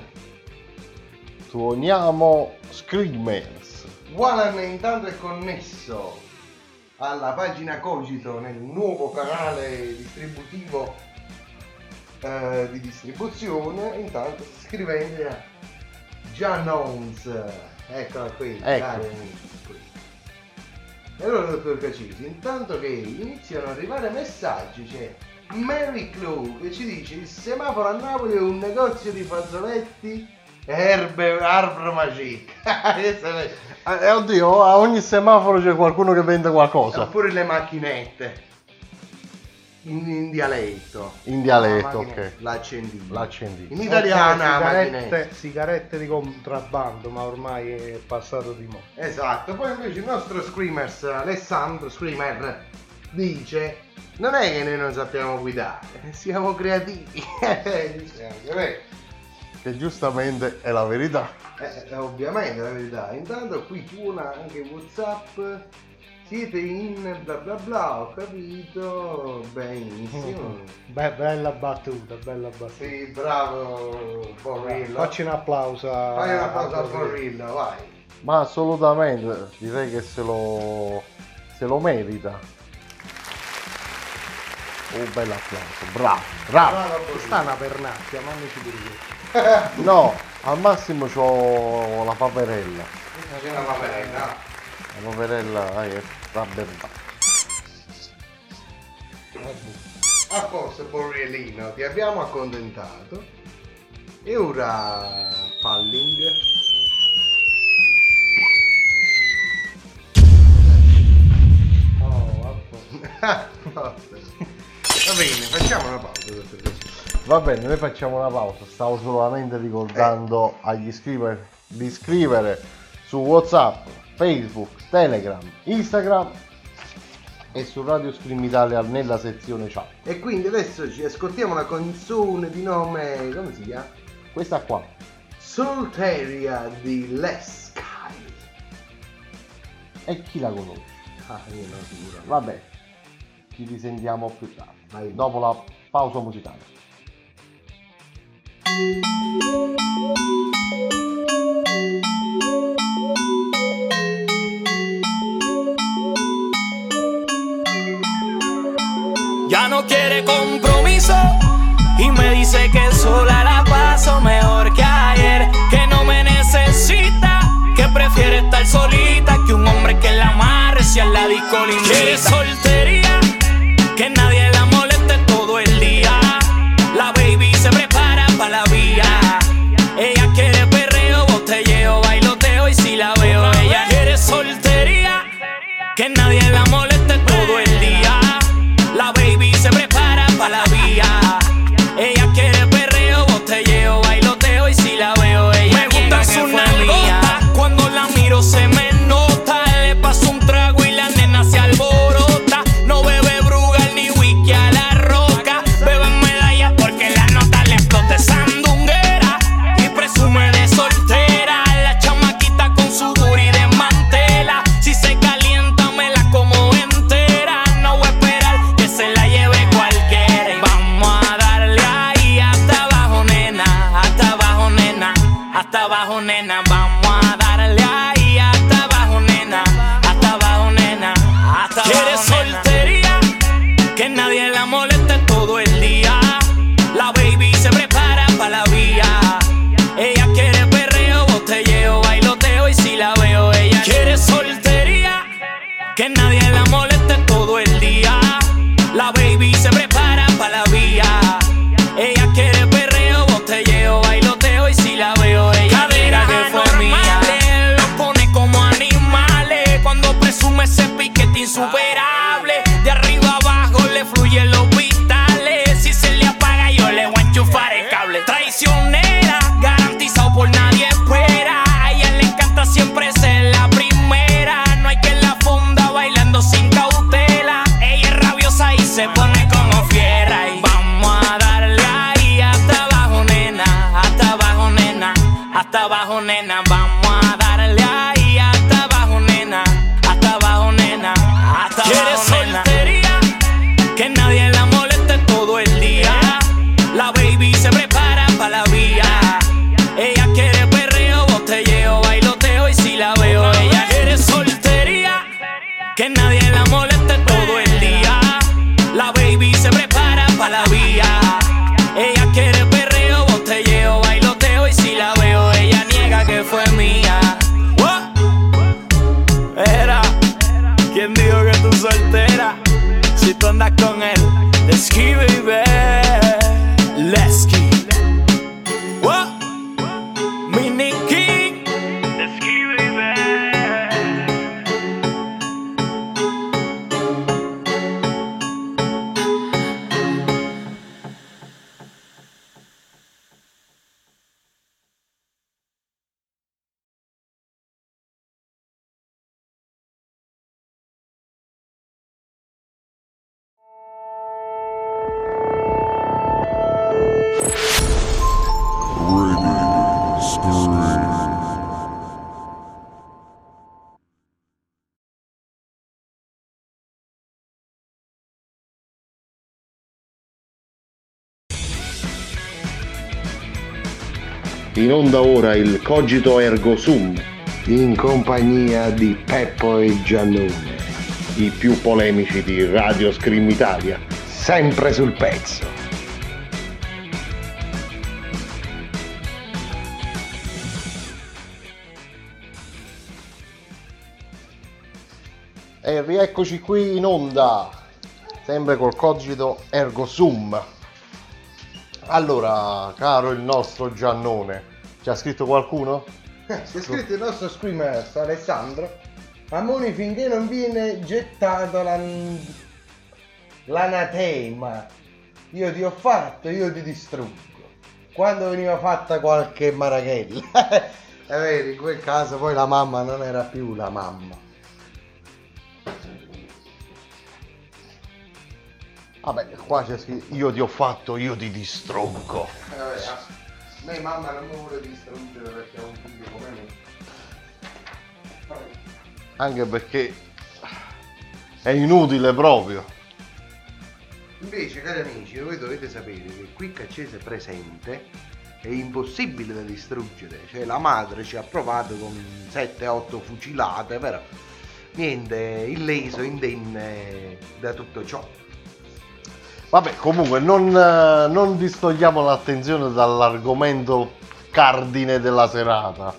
Suoniamo Screamers. Walan intanto è connesso alla pagina Cogito nel nuovo canale distributivo eh, di distribuzione. Intanto scrivendo a Giannons, eccola qui, ecco. cari amici, qui. E allora, dottor Cacisi, intanto che iniziano ad arrivare messaggi, c'è Mary Clou che ci dice: il semaforo a Napoli è un negozio di fazzoletti erbe arbre magique. Eh, oddio, a ogni semaforo c'è qualcuno che vende qualcosa. Oppure le macchinette in, in dialetto. In dialetto, la ok. L'accendino. L'accendino. In italiana, okay, macchinette. sigarette, sigarette di contrabbando, ma ormai è passato di moda. Esatto. Poi invece il nostro Screamers, Alessandro Screamer, dice: non è che noi non sappiamo guidare, siamo creativi. Che giustamente è la verità. Eh, ovviamente è la verità. Intanto qui tuona anche WhatsApp. Siete in bla bla bla, ho capito. Benissimo. Beh, bella battuta, bella battuta. Sì, bravo Borrillo. Facci un applauso. Fai un applauso a Borrillo, vai. Ma assolutamente, direi che se lo se lo merita. Oh, bello applauso, bravo, bravo. Bravo, sta una pernacchia, mandici pure io. No, al massimo c'ho la paperella. C'è la paperella. La paperella è rabberata. A posto Borrellino, ti abbiamo accontentato. E ora Falling. Oh, a posto. Va bene, facciamo una pausa, dottor Cacisi. Va bene, noi facciamo una pausa. Stavo solamente ricordando agli iscriver di iscrivere su WhatsApp, Facebook, Telegram, Instagram e su Radio Scream Italia nella sezione chat. E quindi adesso ci ascoltiamo una canzone di nome, come si chiama? Questa qua, Solteria di Les Sky. E chi la conosce? Ah, io non sicuro. Vabbè, ci risentiamo più tardi, Vai. dopo la pausa musicale. Ya no quiere compromiso y me dice que sola la paso mejor que ayer, que no me necesita, que prefiere estar solita que un hombre que la amarre si a la disco le invita. Quiere soltería, que nadie la moleste todo el día. La baby se prepara para la vía. Ella quiere perreo, botelleo, bailoteo y si la veo ella quiere soltería, que nadie la moleste todo el día. La baby se prepara para la vía. Ella quiere perreo, botelleo, bailoteo y si la veo ella me gusta su nalgota. Cuando la miro se me nota. Le paso un trago y la nena se alborota. abajo, nena, vamos a darle ahí hasta abajo, nena, hasta abajo, nena, hasta abajo. ¿Quieres soltería? Que nadie la moleste todo el día. La baby se prepara para la vía. Ella quiere perreo, botelleo, bailoteo y si la veo ella quiere soltería. Que nadie la moleste todo el día. La baby se prepara para la vía. Ella quiere perreo, botelleo, bailoteo y si la veo ella dirá que fue mía. Lo pone como animales cuando presume ese piquete insuperable. De arriba abajo le fluyen los vitales. Si se le apaga yo le voy a enchufar el cable. Traicionera, garantizado por nadie espera. A ella le encanta siempre ser la primera. No hay que en la funda bailando sin cautela. Ella es rabiosa y se pone como fiera. Y vamos a darle ahí hasta abajo, nena, hasta abajo, nena, hasta abajo, nena. Vamos a darle ahí hasta abajo, nena, hasta abajo, nena, hasta abajo, nena. ¿Quieres soltería? Que nadie la moleste todo el día. La baby se prepara para la vía. Ella quiere perreo, botelleo, bailoteo y si la veo ella quiere soltería. Que nadie la moleste todo el día. La baby se prepara para la vía. Ella quiere perreo, botelleo, bailoteo y si la veo ella niega que fue mía. What? Era, ¿quién dijo que tú soltera? Si tú andas con él, let's keep it, baby. Let's keep. What? Mini King, let's keep it, baby. In onda ora il Cogito Ergo Sum, in compagnia di Peppo e Giannone, i più polemici di Radio Scream Italia, sempre sul pezzo. E rieccoci qui in onda, sempre col Cogito Ergo Sum. Allora, caro il nostro Giannone, ci ha scritto qualcuno? C'è scritto il nostro screamer Alessandro. Amoni, finché non viene gettato l'an... l'anatema, io ti ho fatto, io ti distruggo. Quando veniva fatta qualche marachella. E vedi, in quel caso poi la mamma non era più la mamma. Vabbè, qua c'è scritto io ti ho fatto, io ti distruggo. Eh, vabbè, a me mamma non mi vuole distruggere perché ho un figlio come me. Anche perché è inutile proprio. Invece, cari amici, voi dovete sapere che qui Caccese presente è impossibile da distruggere. Cioè la madre ci ha provato con sette otto fucilate, però niente illeso, indenne da tutto ciò. Vabbè, comunque non, non distogliamo l'attenzione dall'argomento cardine della serata.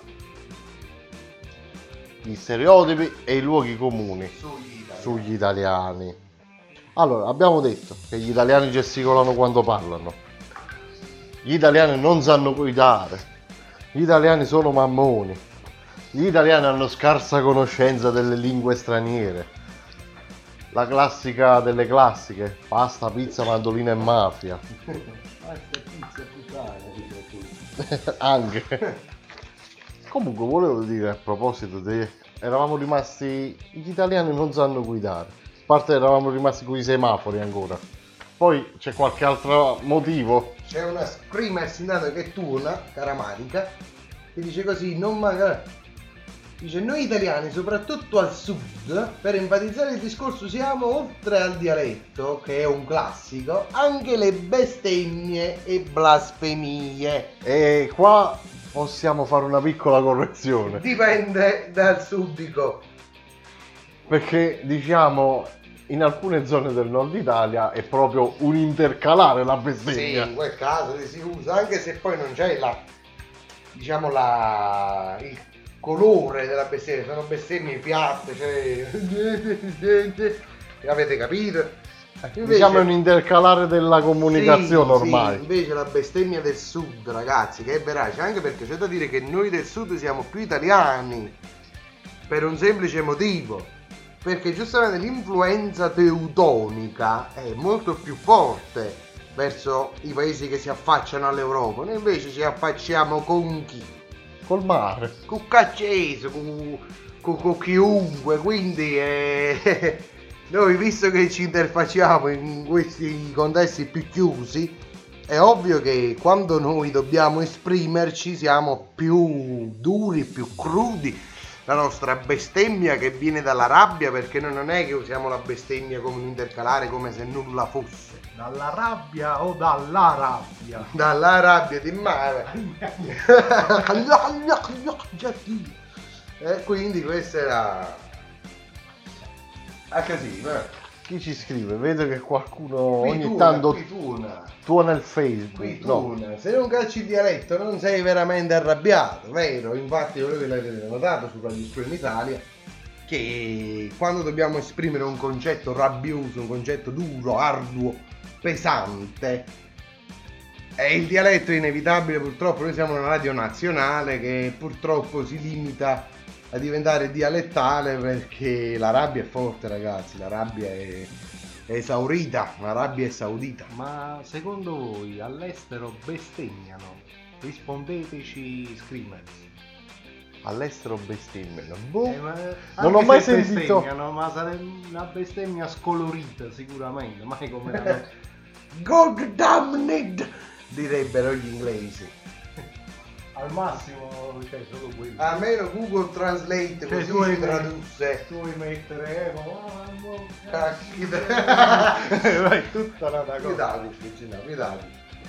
Gli stereotipi e i luoghi comuni sugli italiani. sugli italiani. Allora, abbiamo detto che gli italiani gesticolano quando parlano. Gli italiani non sanno guidare. Gli italiani sono mammoni. Gli italiani hanno scarsa conoscenza delle lingue straniere. La classica delle classiche, pasta, pizza, mandolina e mafia. Pasta, pizza, puttana, Anche. Comunque volevo dire a proposito di... eravamo rimasti... gli italiani non sanno guidare. A parte eravamo rimasti con i semafori ancora. Poi c'è qualche altro motivo? C'è una screamer intanto che tuona, caramanica, che dice così, non magari... Dice, noi italiani, soprattutto al sud, per enfatizzare il discorso usiamo, oltre al dialetto, che è un classico, anche le bestemmie e blasfemie. E qua possiamo fare una piccola correzione. Dipende dal sudico. Perché diciamo in alcune zone del nord Italia è proprio un intercalare la bestemmia. Sì, in quel caso si usa, anche se poi non c'è la, diciamo la, il colore della bestemmia, sono bestemmie piatte, cioè avete capito? Invece, diciamo è un intercalare della comunicazione sì, ormai. Sì, invece la bestemmia del sud, ragazzi, che è verace, anche perché c'è da dire che noi del sud siamo più italiani per un semplice motivo. Perché giustamente l'influenza teutonica è molto più forte verso i paesi che si affacciano all'Europa. Noi invece ci affacciamo con chi? Col mare. Con Caccese, con, con, con chiunque. Quindi eh, noi, visto che ci interfacciamo in questi contesti più chiusi, è ovvio che quando noi dobbiamo esprimerci siamo più duri, più crudi. La nostra bestemmia che viene dalla rabbia, perché noi non è che usiamo la bestemmia come un intercalare, come se nulla fosse. Dalla rabbia o dalla rabbia? Dalla rabbia di mare. E quindi questa è la... Ah, casino, eh. Chi ci scrive? Vedo che qualcuno Qui ogni tuona, tanto qui tuona. tuona il Facebook. Qui No. tuona. Se non calci il dialetto non sei veramente arrabbiato, vero? Infatti voi che l'avete notato su Radio Scream Italia che quando dobbiamo esprimere un concetto rabbioso, un concetto duro, arduo, pesante, e il dialetto è inevitabile. Purtroppo noi siamo una radio nazionale che purtroppo si limita a diventare dialettale perché la rabbia è forte, ragazzi, la rabbia è, è esaurita, la rabbia è saudita. Ma secondo voi all'estero bestemmiano? Rispondeteci, screamers. All'estero bestemmiano? Boh. Eh, ma non ho mai se sentito. bestemmiano, ma sarebbe una bestemmia scolorita sicuramente, mai come la... God damn it, direbbero gli inglesi. Al massimo, cioè, solo quello. Almeno Google Translate, Cioè, così tu vuoi si tradusse. Tu vuoi mettere Evo, Cacchi vai tutta una cosa. Pidavici, no, pidavici.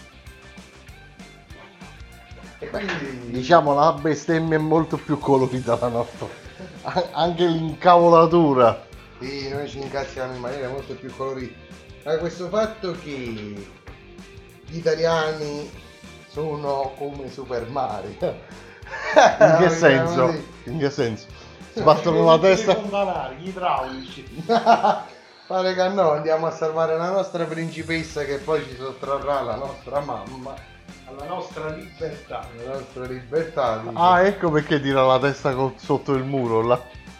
E quindi... Diciamo la bestemmia è molto più colorita la nostra. A- anche l'incavolatura. Sì, noi ci incazziamo in maniera molto più colorita. Ma questo fatto che gli italiani sono come Super Mario. In che senso? In che senso? Sbattono la testa. Gli idraulici. Pare che no, andiamo a salvare la nostra principessa che poi ci sottrarrà la nostra mamma. Alla nostra libertà. La nostra libertà. Dice. Ah, ecco perché tira la testa co- sotto il muro là.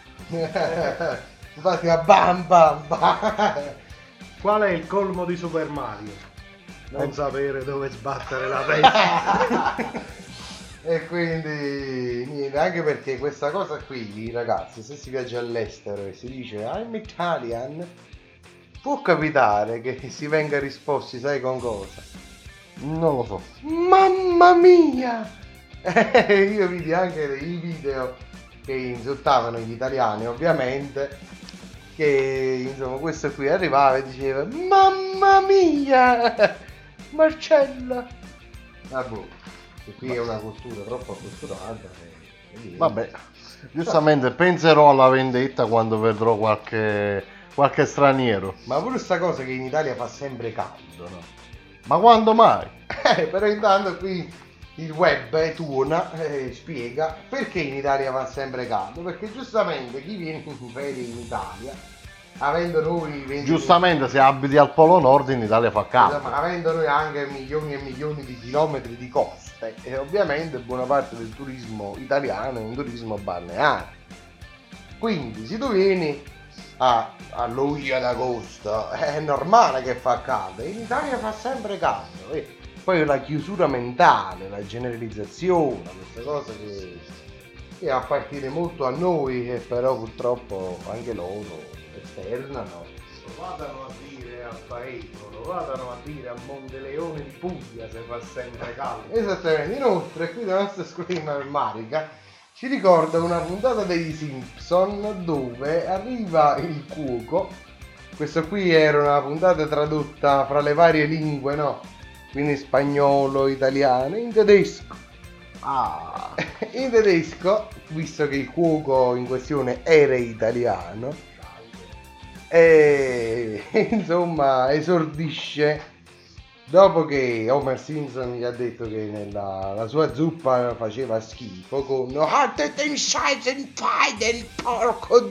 Infatti a bam bam bam. Qual è il colmo di Super Mario? Non sapere dove sbattere la testa. E quindi niente, anche perché questa cosa qui, ragazzi, se si viaggia all'estero e si dice I'm Italian, può capitare che si venga risposti, sai con cosa? Non lo so. Mamma mia! Io vidi anche dei video che insultavano gli italiani, ovviamente, che insomma questo qui arrivava e diceva mamma mia! Marcella! Vabbè, che qui è una cultura troppo acculturata. E... Vabbè, giustamente penserò alla vendetta quando vedrò qualche, qualche straniero. Ma pure sta cosa che in Italia fa sempre caldo, no? Ma quando mai? Eh, però intanto qui il web eh, tuona e eh, spiega perché in Italia fa sempre caldo. Perché giustamente chi viene in ferie in Italia, avendo noi venti Giustamente se abiti al Polo Nord in Italia fa caldo. Ma avendo noi anche milioni e milioni di chilometri di coste, e ovviamente buona parte del turismo italiano è un turismo balneare. Quindi se tu vieni a, a luglio ad agosto è normale che fa caldo, in Italia fa sempre caldo. Eh. Poi la chiusura mentale, la generalizzazione, queste cose che, che appartiene molto a noi e però purtroppo anche loro esternano. Lo vadano a dire a Paetro, lo vadano a dire a Monteleone di Puglia se fa sempre caldo. Esattamente. Inoltre qui la nostra screamer Marica ci ricorda una puntata dei Simpson dove arriva il cuoco. Questa qui era una puntata tradotta fra le varie lingue, no? Quindi spagnolo, italiano, in tedesco. Ah. In tedesco, visto che il cuoco in questione era italiano, e insomma esordisce dopo che Homer Simpson gli ha detto che nella, la sua zuppa faceva schifo con "Hatte den Scheißen Fei del porco".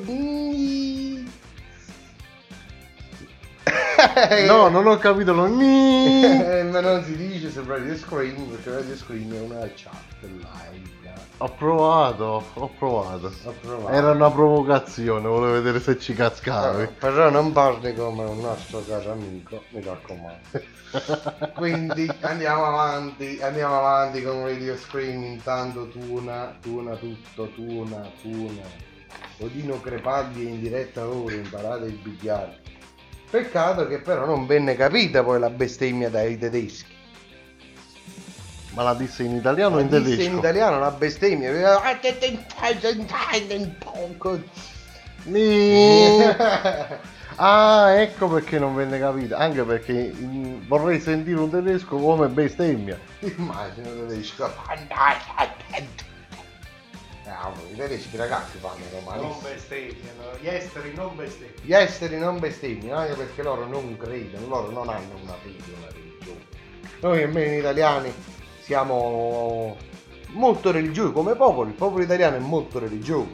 No, non ho capito lo Eh, ma non si dice su Radio Scream, perché Radio Scream è una chat live. Ho provato, ho provato. Ho provato. Era una provocazione, volevo vedere se ci cascavi. No, però non parli come un nostro caro amico, mi raccomando. Quindi andiamo avanti, andiamo avanti con Radio Scream. Intanto tuna, tuna tutto, tuna, tuna. Odino Crepagli è in diretta ora, imparate il bigliare. Peccato che però non venne capita poi la bestemmia dai tedeschi. Ma la disse in italiano o in La disse tedesco? in italiano la bestemmia. Ah, ecco perché non venne capita. Anche perché in- vorrei sentire un tedesco come bestemmia. Immagino il tedesco. Ah, i tedeschi ragazzi fanno romani. Non bestemmiano, gli esteri non bestemmiano. Gli esteri non bestemmiano, anche perché loro non credono, loro non hanno una fede, una religione. Noi almeno italiani siamo molto religiosi come popolo, il popolo italiano è molto religioso.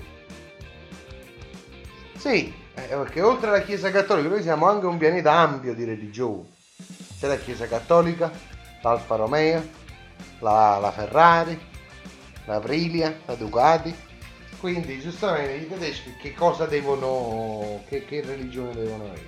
Sì, eh, perché oltre alla Chiesa Cattolica noi siamo anche un pianeta ampio di religioni. C'è la Chiesa Cattolica, l'Alfa Romeo, la, la Ferrari, la Aprilia, la Ducati. Quindi giustamente i tedeschi che cosa devono, che, che religione devono avere?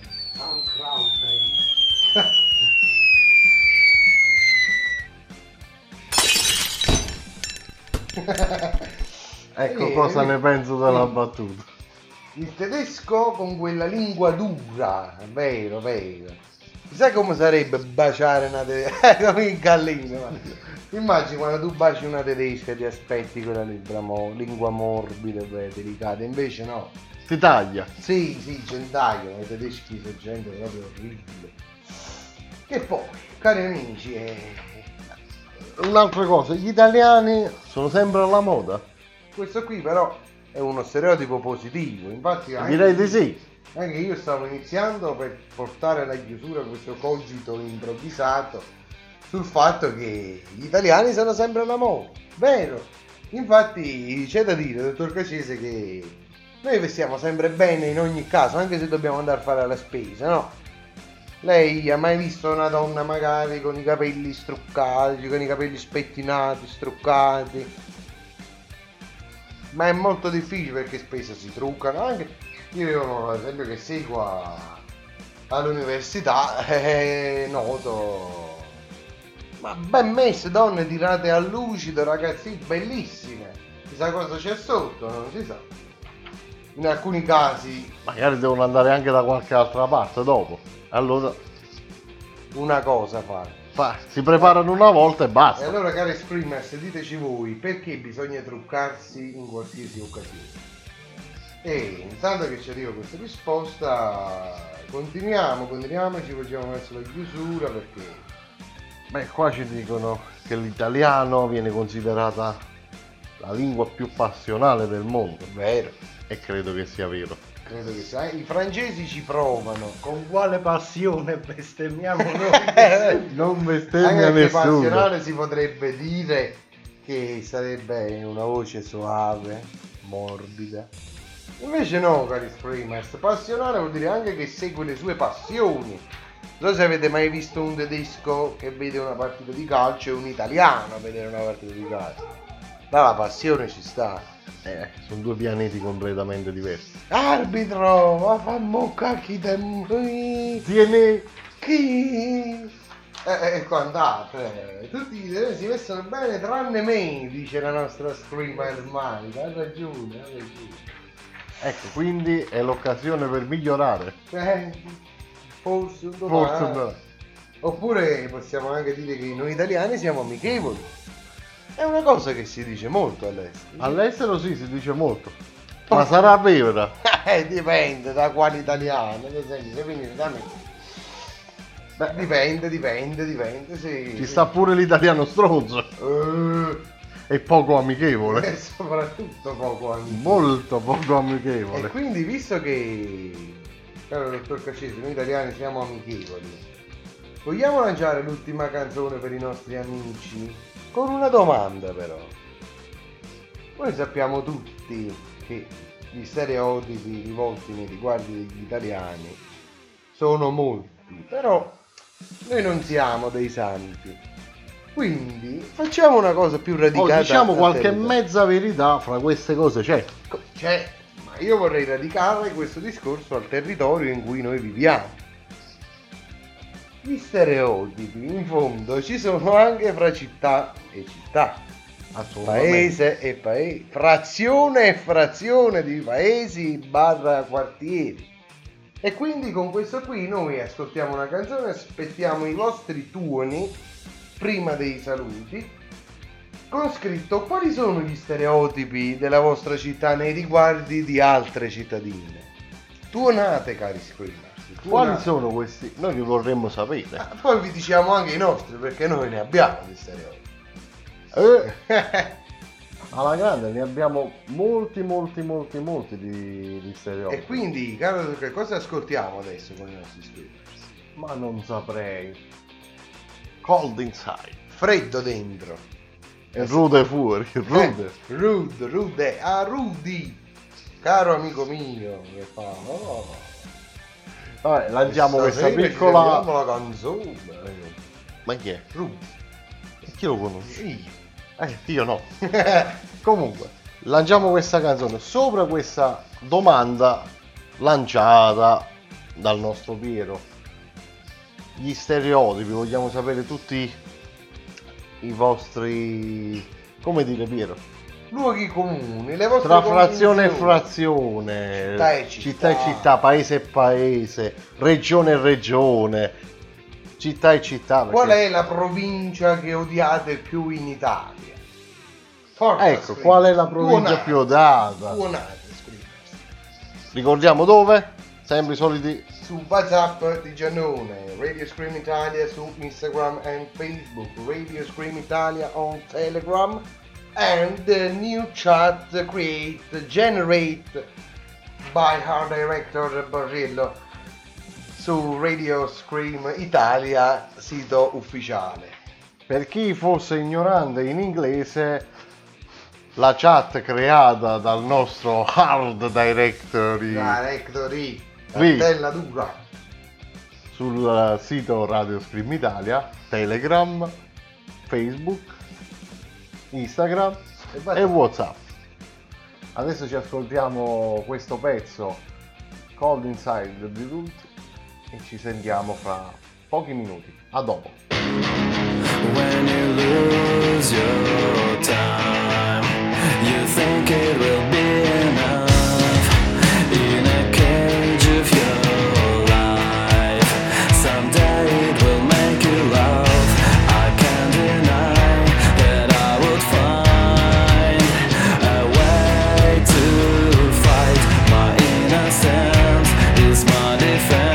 Ecco Eh, cosa eh, ne penso della mm. battuta. Il tedesco con quella lingua dura, vero, vero. Sai come sarebbe baciare una tedesca? Come il gallino. Ma. Immagini quando tu baci una tedesca e ti aspetti quella lingua, mo- lingua morbida, beh, delicata, invece no. Ti taglia. Sì, sì, gentaglio, i tedeschi sono gente proprio orribile. E poi, cari amici, eh, Un'altra cosa, gli italiani sono sempre alla moda. questo qui però è uno stereotipo positivo, infatti anche, Direi di sì. anche io stavo iniziando per portare alla chiusura questo cogito improvvisato sul fatto che gli italiani sono sempre alla moda, vero? Infatti c'è da dire, dottor Cacese, che noi vestiamo sempre bene in ogni caso, anche se dobbiamo andare a fare la spesa, no? Lei ha mai visto una donna magari con i capelli struccati, con i capelli spettinati, struccati? Ma è molto difficile perché spesso si truccano, anche io ad esempio che seguo a- all'università eh, noto ma ben messe donne tirate a lucido, ragazzi bellissime, chissà cosa c'è sotto, non si sa. In alcuni casi Magari devono andare anche da qualche altra parte dopo. Allora una cosa fare. fa- si preparano una volta e E basta. allora cari Screamers, diteci voi perché bisogna truccarsi in qualsiasi occasione. E intanto che ci arriva questa risposta, continuiamo, continuiamo, ci facciamo verso la chiusura perché Beh, qua ci dicono che l'italiano viene considerata la lingua più passionale del mondo. Vero. E credo che sia vero. credo che sia. I francesi ci provano. Con quale passione bestemmiamo noi? Non bestemmia Anche perché nessuno. passionale si potrebbe dire che sarebbe una voce soave, morbida. Invece no, cari Screamers, passionale vuol dire anche che segue le sue passioni. Non so se avete mai visto un tedesco che vede una partita di calcio e un italiano a vedere una partita di calcio. Là la passione ci sta. Eh, sono due pianeti completamente diversi. Arbitro, ma fa mocca chi te... Tieni... Chi? E eh, quant'altre. Tutti gli italiani si vestono bene tranne me, dice la nostra Screamer Mike. Ha ragione, ha ragione. Ecco, quindi è l'occasione per migliorare. Eh, forse un domani. Forse un domani. Oppure possiamo anche dire che noi italiani siamo amichevoli. È una cosa che si dice molto all'estero. All'estero sì, si dice molto. Ma sarà vera? Eh, dipende da quale italiano. Ad esempio, se vieni da me. Beh, dipende, dipende, dipende. Sì, Ci sì. sta pure l'italiano stronzo. Eh, e poco amichevole. E soprattutto poco amichevole. Molto poco amichevole. E quindi, visto che, caro dottor Caccesi, noi italiani siamo amichevoli, vogliamo lanciare l'ultima canzone per i nostri amici? Con una domanda però. Noi sappiamo tutti che gli stereotipi rivolti nei riguardi degli italiani sono molti, però noi non siamo dei santi. Quindi facciamo una cosa più radicata. O diciamo qualche territorio. mezza verità fra queste cose c'è. C'è, ma io vorrei radicare questo discorso al territorio in cui noi viviamo. Gli stereotipi in fondo ci sono anche fra città e città, paese e paese, frazione e frazione di paesi barra quartieri. E quindi con questo qui noi ascoltiamo una canzone, aspettiamo i vostri tuoni prima dei saluti, con scritto quali sono gli stereotipi della vostra città nei riguardi di altre cittadine. Tuonate, cari screamers. Quali sono questi? Noi li vorremmo sapere. Ah, poi vi diciamo anche i nostri, perché noi ne abbiamo di stereotipi. Eh. Alla grande ne abbiamo molti molti molti molti di, di stereotipi. E quindi, caro, che cosa ascoltiamo adesso con i nostri screamers? Ma non saprei. Cold inside. Freddo dentro. E rude fuori. Rude. Eh, rude, rude. Ah, Rudy. Caro amico mio. Che fa? No. Vabbè, lanciamo questa sera piccola... ci la canzone. Ma chi è? Rudy. E chi lo conosce? Io. Eh, io no. Comunque, lanciamo questa canzone sopra questa domanda lanciata dal nostro Piero. Gli stereotipi, vogliamo sapere tutti i vostri, come dire, Piero? Luoghi comuni, le vostre tra frazione e convinzioni. frazione, Città e città. città e città, paese e paese, regione e regione, città e città. Perché... Qual è la provincia che odiate più in Italia? Forza, ecco, screamers. qual è la provincia Tuonate. più odiata? Tuonate, screamers. Ricordiamo dove? Sempre i soliti. Su WhatsApp di Giannone, Radio Scream Italia su Instagram and Facebook, Radio Scream Italia on Telegram, and the new chat create, generate by our director Barrillo su Radio Scream Italia, sito ufficiale. Per chi fosse ignorante in inglese, la chat creata dal nostro hard directory, Directory, Ri. cartella dura, sul sito Radio Scream Italia, Telegram, Facebook, Instagram e, e WhatsApp. Adesso ci ascoltiamo questo pezzo Cold Inside di Root e ci sentiamo fra pochi minuti. A dopo. When you lose your time, you think it will be enough. In a cage of your life, someday it will make you laugh. I can't deny that I would find a way to fight. My innocence is my defense.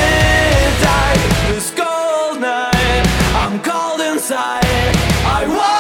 Inside, I want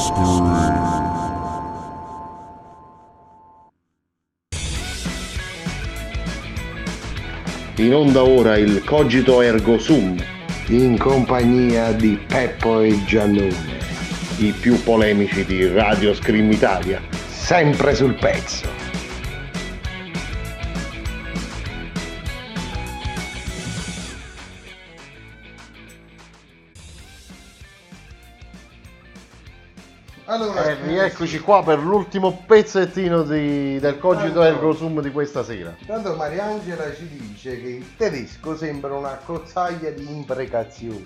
In onda ora il Cogito Ergo Sum, in compagnia di Peppo e Giannone, i più polemici di Radio Scream Italia, sempre sul pezzo. Allora, eh, rieccoci qua per l'ultimo pezzettino di, del Cogito Ergo Sum di questa sera. Intanto Mariangela ci dice che il tedesco sembra una cozzaglia di imprecazioni.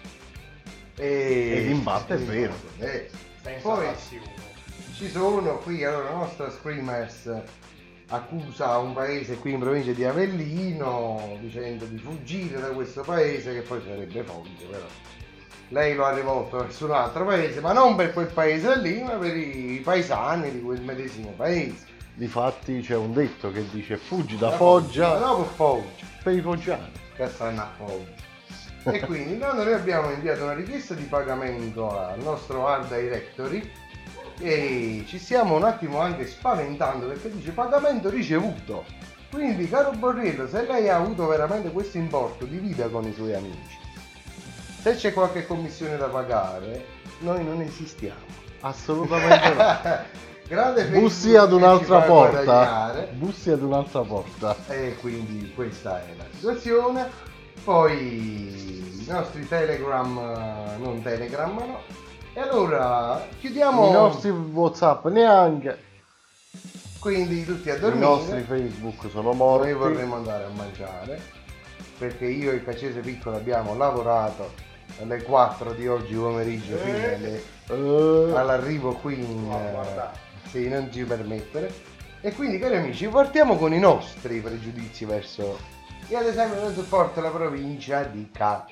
E Ed in parte è vero. Eh. Poi ci sono qui, allora la nostra Screamers accusa un paese qui in provincia di Avellino dicendo di fuggire da questo paese, che poi sarebbe Foggia, però lei lo ha rivolto verso un altro paese, ma non per quel paese lì, ma per i paesani di quel medesimo paese. Difatti c'è un detto che dice fuggi da Foggia, no, per Foggia, per i foggiani che stanno a Foggia. E quindi quando noi abbiamo inviato una richiesta di pagamento al nostro Art Directory e ci stiamo un attimo anche spaventando perché dice pagamento ricevuto. Quindi caro Borriello, se lei ha avuto veramente questo importo, divida con i suoi amici. Se c'è qualche commissione da pagare, noi non esistiamo. Assolutamente no. Grande bussi ad un'altra porta. Bussi ad un'altra porta. E quindi questa è la situazione. Poi i nostri Telegram, non Telegram, no. E allora chiudiamo. I nostri WhatsApp neanche. Quindi tutti a dormire. I nostri Facebook sono morti. Noi vorremmo andare a mangiare perché io e il Cacese Piccolo abbiamo lavorato alle quattro di oggi pomeriggio fino alle, uh, all'arrivo qui in uh, sì, non ci permettere. E quindi cari amici partiamo con i nostri pregiudizi verso, io ad esempio non sopporto la provincia di Ca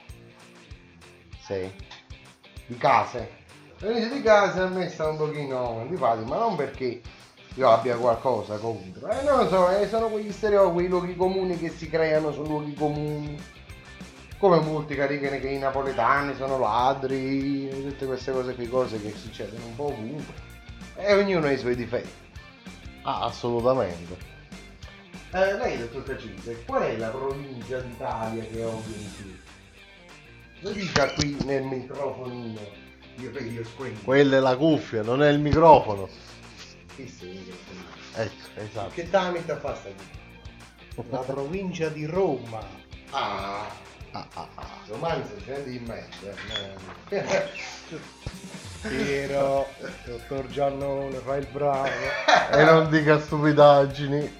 sì. di Case la provincia di Case a me sta un pochino antipatico, ma non perché io abbia qualcosa contro, eh, non lo so, eh, sono quegli stereotipi, quei luoghi comuni che si creano su luoghi comuni, come molti che dicono che i napoletani sono ladri, tutte queste cose qui, cose che succedono un po' ovunque e ognuno ha i suoi difetti. Ah, assolutamente. Eh, lei, dottor Cacise, qual è la provincia d'Italia che odia di più? Lo dica qui nel microfonino, io per io squillo. Quella è la cuffia, non è il microfono. Sì, sì, ecco, esatto. Che tamita fa sta qui? La provincia di Roma. Ah. Ah, ah, ah. Romanzo, scendi in mezzo. Piero, dottor Giannone, fai il bravo. E non dica stupidaggini.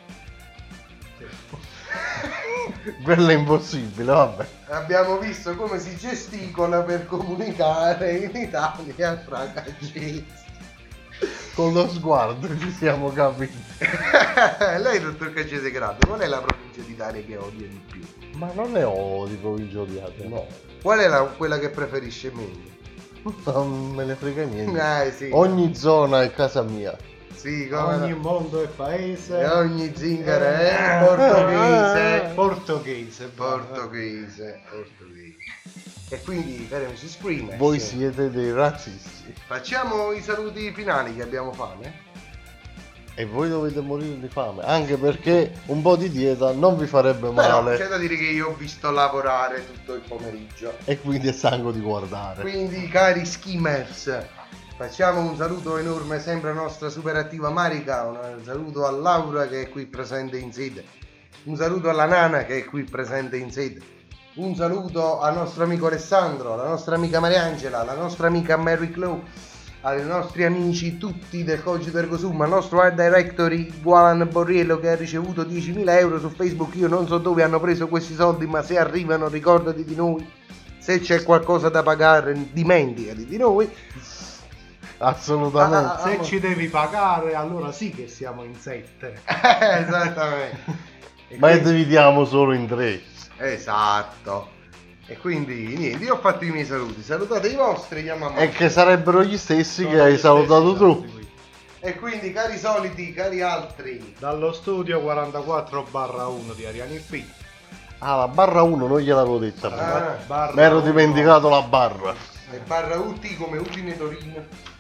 Quello è impossibile, vabbè. Abbiamo visto come si gesticola per comunicare in Italia fra caccisti. Con lo sguardo ci siamo capiti. Lei, dottor Cacese Grande, qual è la provincia d'Italia che odia di più? Ma non ne ho di provincia odiate, no. Qual è la, quella che preferisce meglio? Non me ne frega niente. Eh, sì. Ogni zona è casa mia. Sì, come ogni no. mondo è paese. E ogni zingaro è portoghese. Portoghese. Portoghese. Portoghese. E quindi, cari amici Screamers, voi siete dei razzisti. Facciamo i saluti finali che abbiamo fame. E voi dovete morire di fame, anche perché un po' di dieta non vi farebbe male. Però c'è da dire che io ho visto lavorare tutto il pomeriggio. E quindi è stanco di guardare. Quindi, cari Schemers, facciamo un saluto enorme sempre alla nostra super attiva Marica, un saluto a Laura che è qui presente in sede, un saluto alla Nana che è qui presente in sede, un saluto al nostro amico Alessandro, alla nostra amica Mariangela, alla nostra amica Mary Chloe, ai nostri amici tutti del Cogito Ergo Sum, al nostro Art Directory Gualan Borriello che ha ricevuto diecimila euro su Facebook. Io non so dove hanno preso questi soldi, ma se arrivano ricordati di noi, se c'è qualcosa da pagare dimenticati di noi. Assolutamente. Ah, ah, se ah, ci devi pagare allora sì che siamo in sette. Esattamente. Ma quindi dividiamo solo in tre. Esatto. E quindi niente, io ho fatto i miei saluti, salutate i vostri, chiamiamo. E che sarebbero gli stessi sono che hai salutato tu. E quindi cari soliti, cari altri, dallo studio quarantaquattro barra uno di Ariani P. Ah, la barra uno non gliel'avevo detta prima. Ah, mi ero dimenticato la barra. E barra U T come Udine Torino.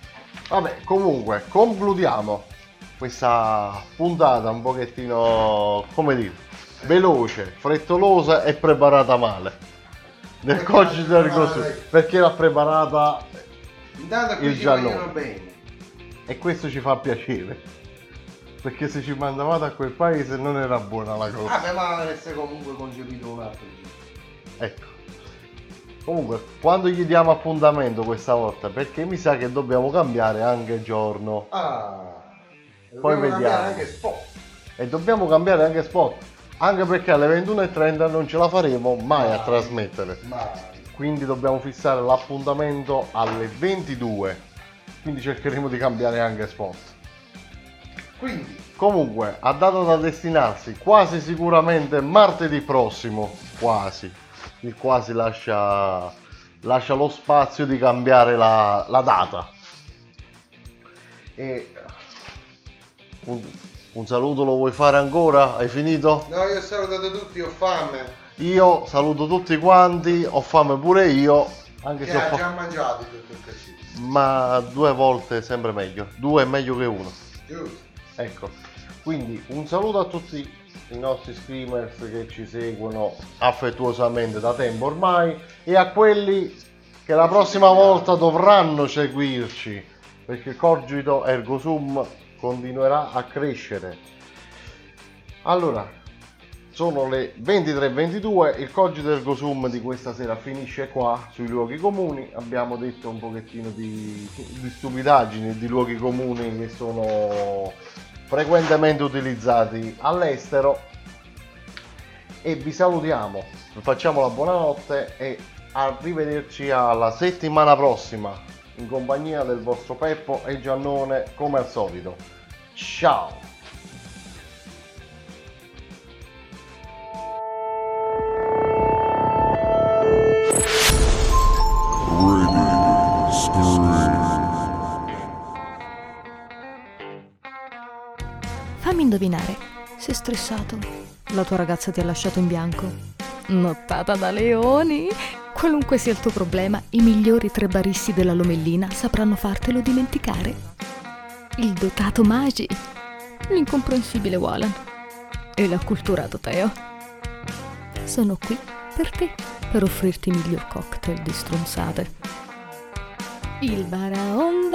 Vabbè, comunque, concludiamo questa puntata un pochettino, come dire, veloce, frettolosa e preparata male. Del cogito ergo sum, perché l'ha preparata Intanto qui il ci Giannone. vogliono bene. E questo ci fa piacere. Perché se ci mandavate a quel paese non era buona la cosa. Vabbè, ma avesse comunque concepito un altro. Ecco. Comunque, quando gli diamo appuntamento questa volta? Perché mi sa che dobbiamo cambiare anche giorno. Ah. Poi Dobbiamo vediamo. cambiare anche spot. E dobbiamo cambiare anche spot. Anche perché alle ventuno e trenta non ce la faremo mai a trasmettere. Mai. Quindi dobbiamo fissare l'appuntamento alle ventidue. Quindi cercheremo di cambiare anche spot. Quindi. Comunque, a data da destinarsi quasi sicuramente martedì prossimo. Quasi. Il quasi lascia, lascia lo spazio di cambiare la, la data. E un, un saluto lo vuoi fare ancora? Hai finito? No, io ho salutato tutti, ho fame. Io saluto tutti quanti, ho fame pure io, anche Che se ho ha fa- già mangiato tutto il cacino. ma due volte sempre meglio, due è meglio che uno. Giusto. Ecco, quindi un saluto a tutti i nostri screamers che ci seguono affettuosamente da tempo ormai e a quelli che la prossima volta dovranno seguirci, perché il cogito ergo sum continuerà a crescere. Allora, sono le ventitré e ventidue, il cogito ergo sum di questa sera finisce qua sui luoghi comuni. Abbiamo detto un pochettino di, di stupidaggini, di luoghi comuni che sono frequentemente utilizzati all'estero e vi salutiamo, vi facciamo la buonanotte e arrivederci alla settimana prossima in compagnia del vostro Peppo e Giannone come al solito. Ciao! Fammi indovinare, sei stressato? La tua ragazza ti ha lasciato in bianco? Nottata da leoni? Qualunque sia il tuo problema, i migliori tre baristi della Lomellina sapranno fartelo dimenticare. Il dotato Magi, l'incomprensibile Walan e l'acculturato Teo sono qui per te, per offrirti i miglior cocktail di stronzate. Il Baraon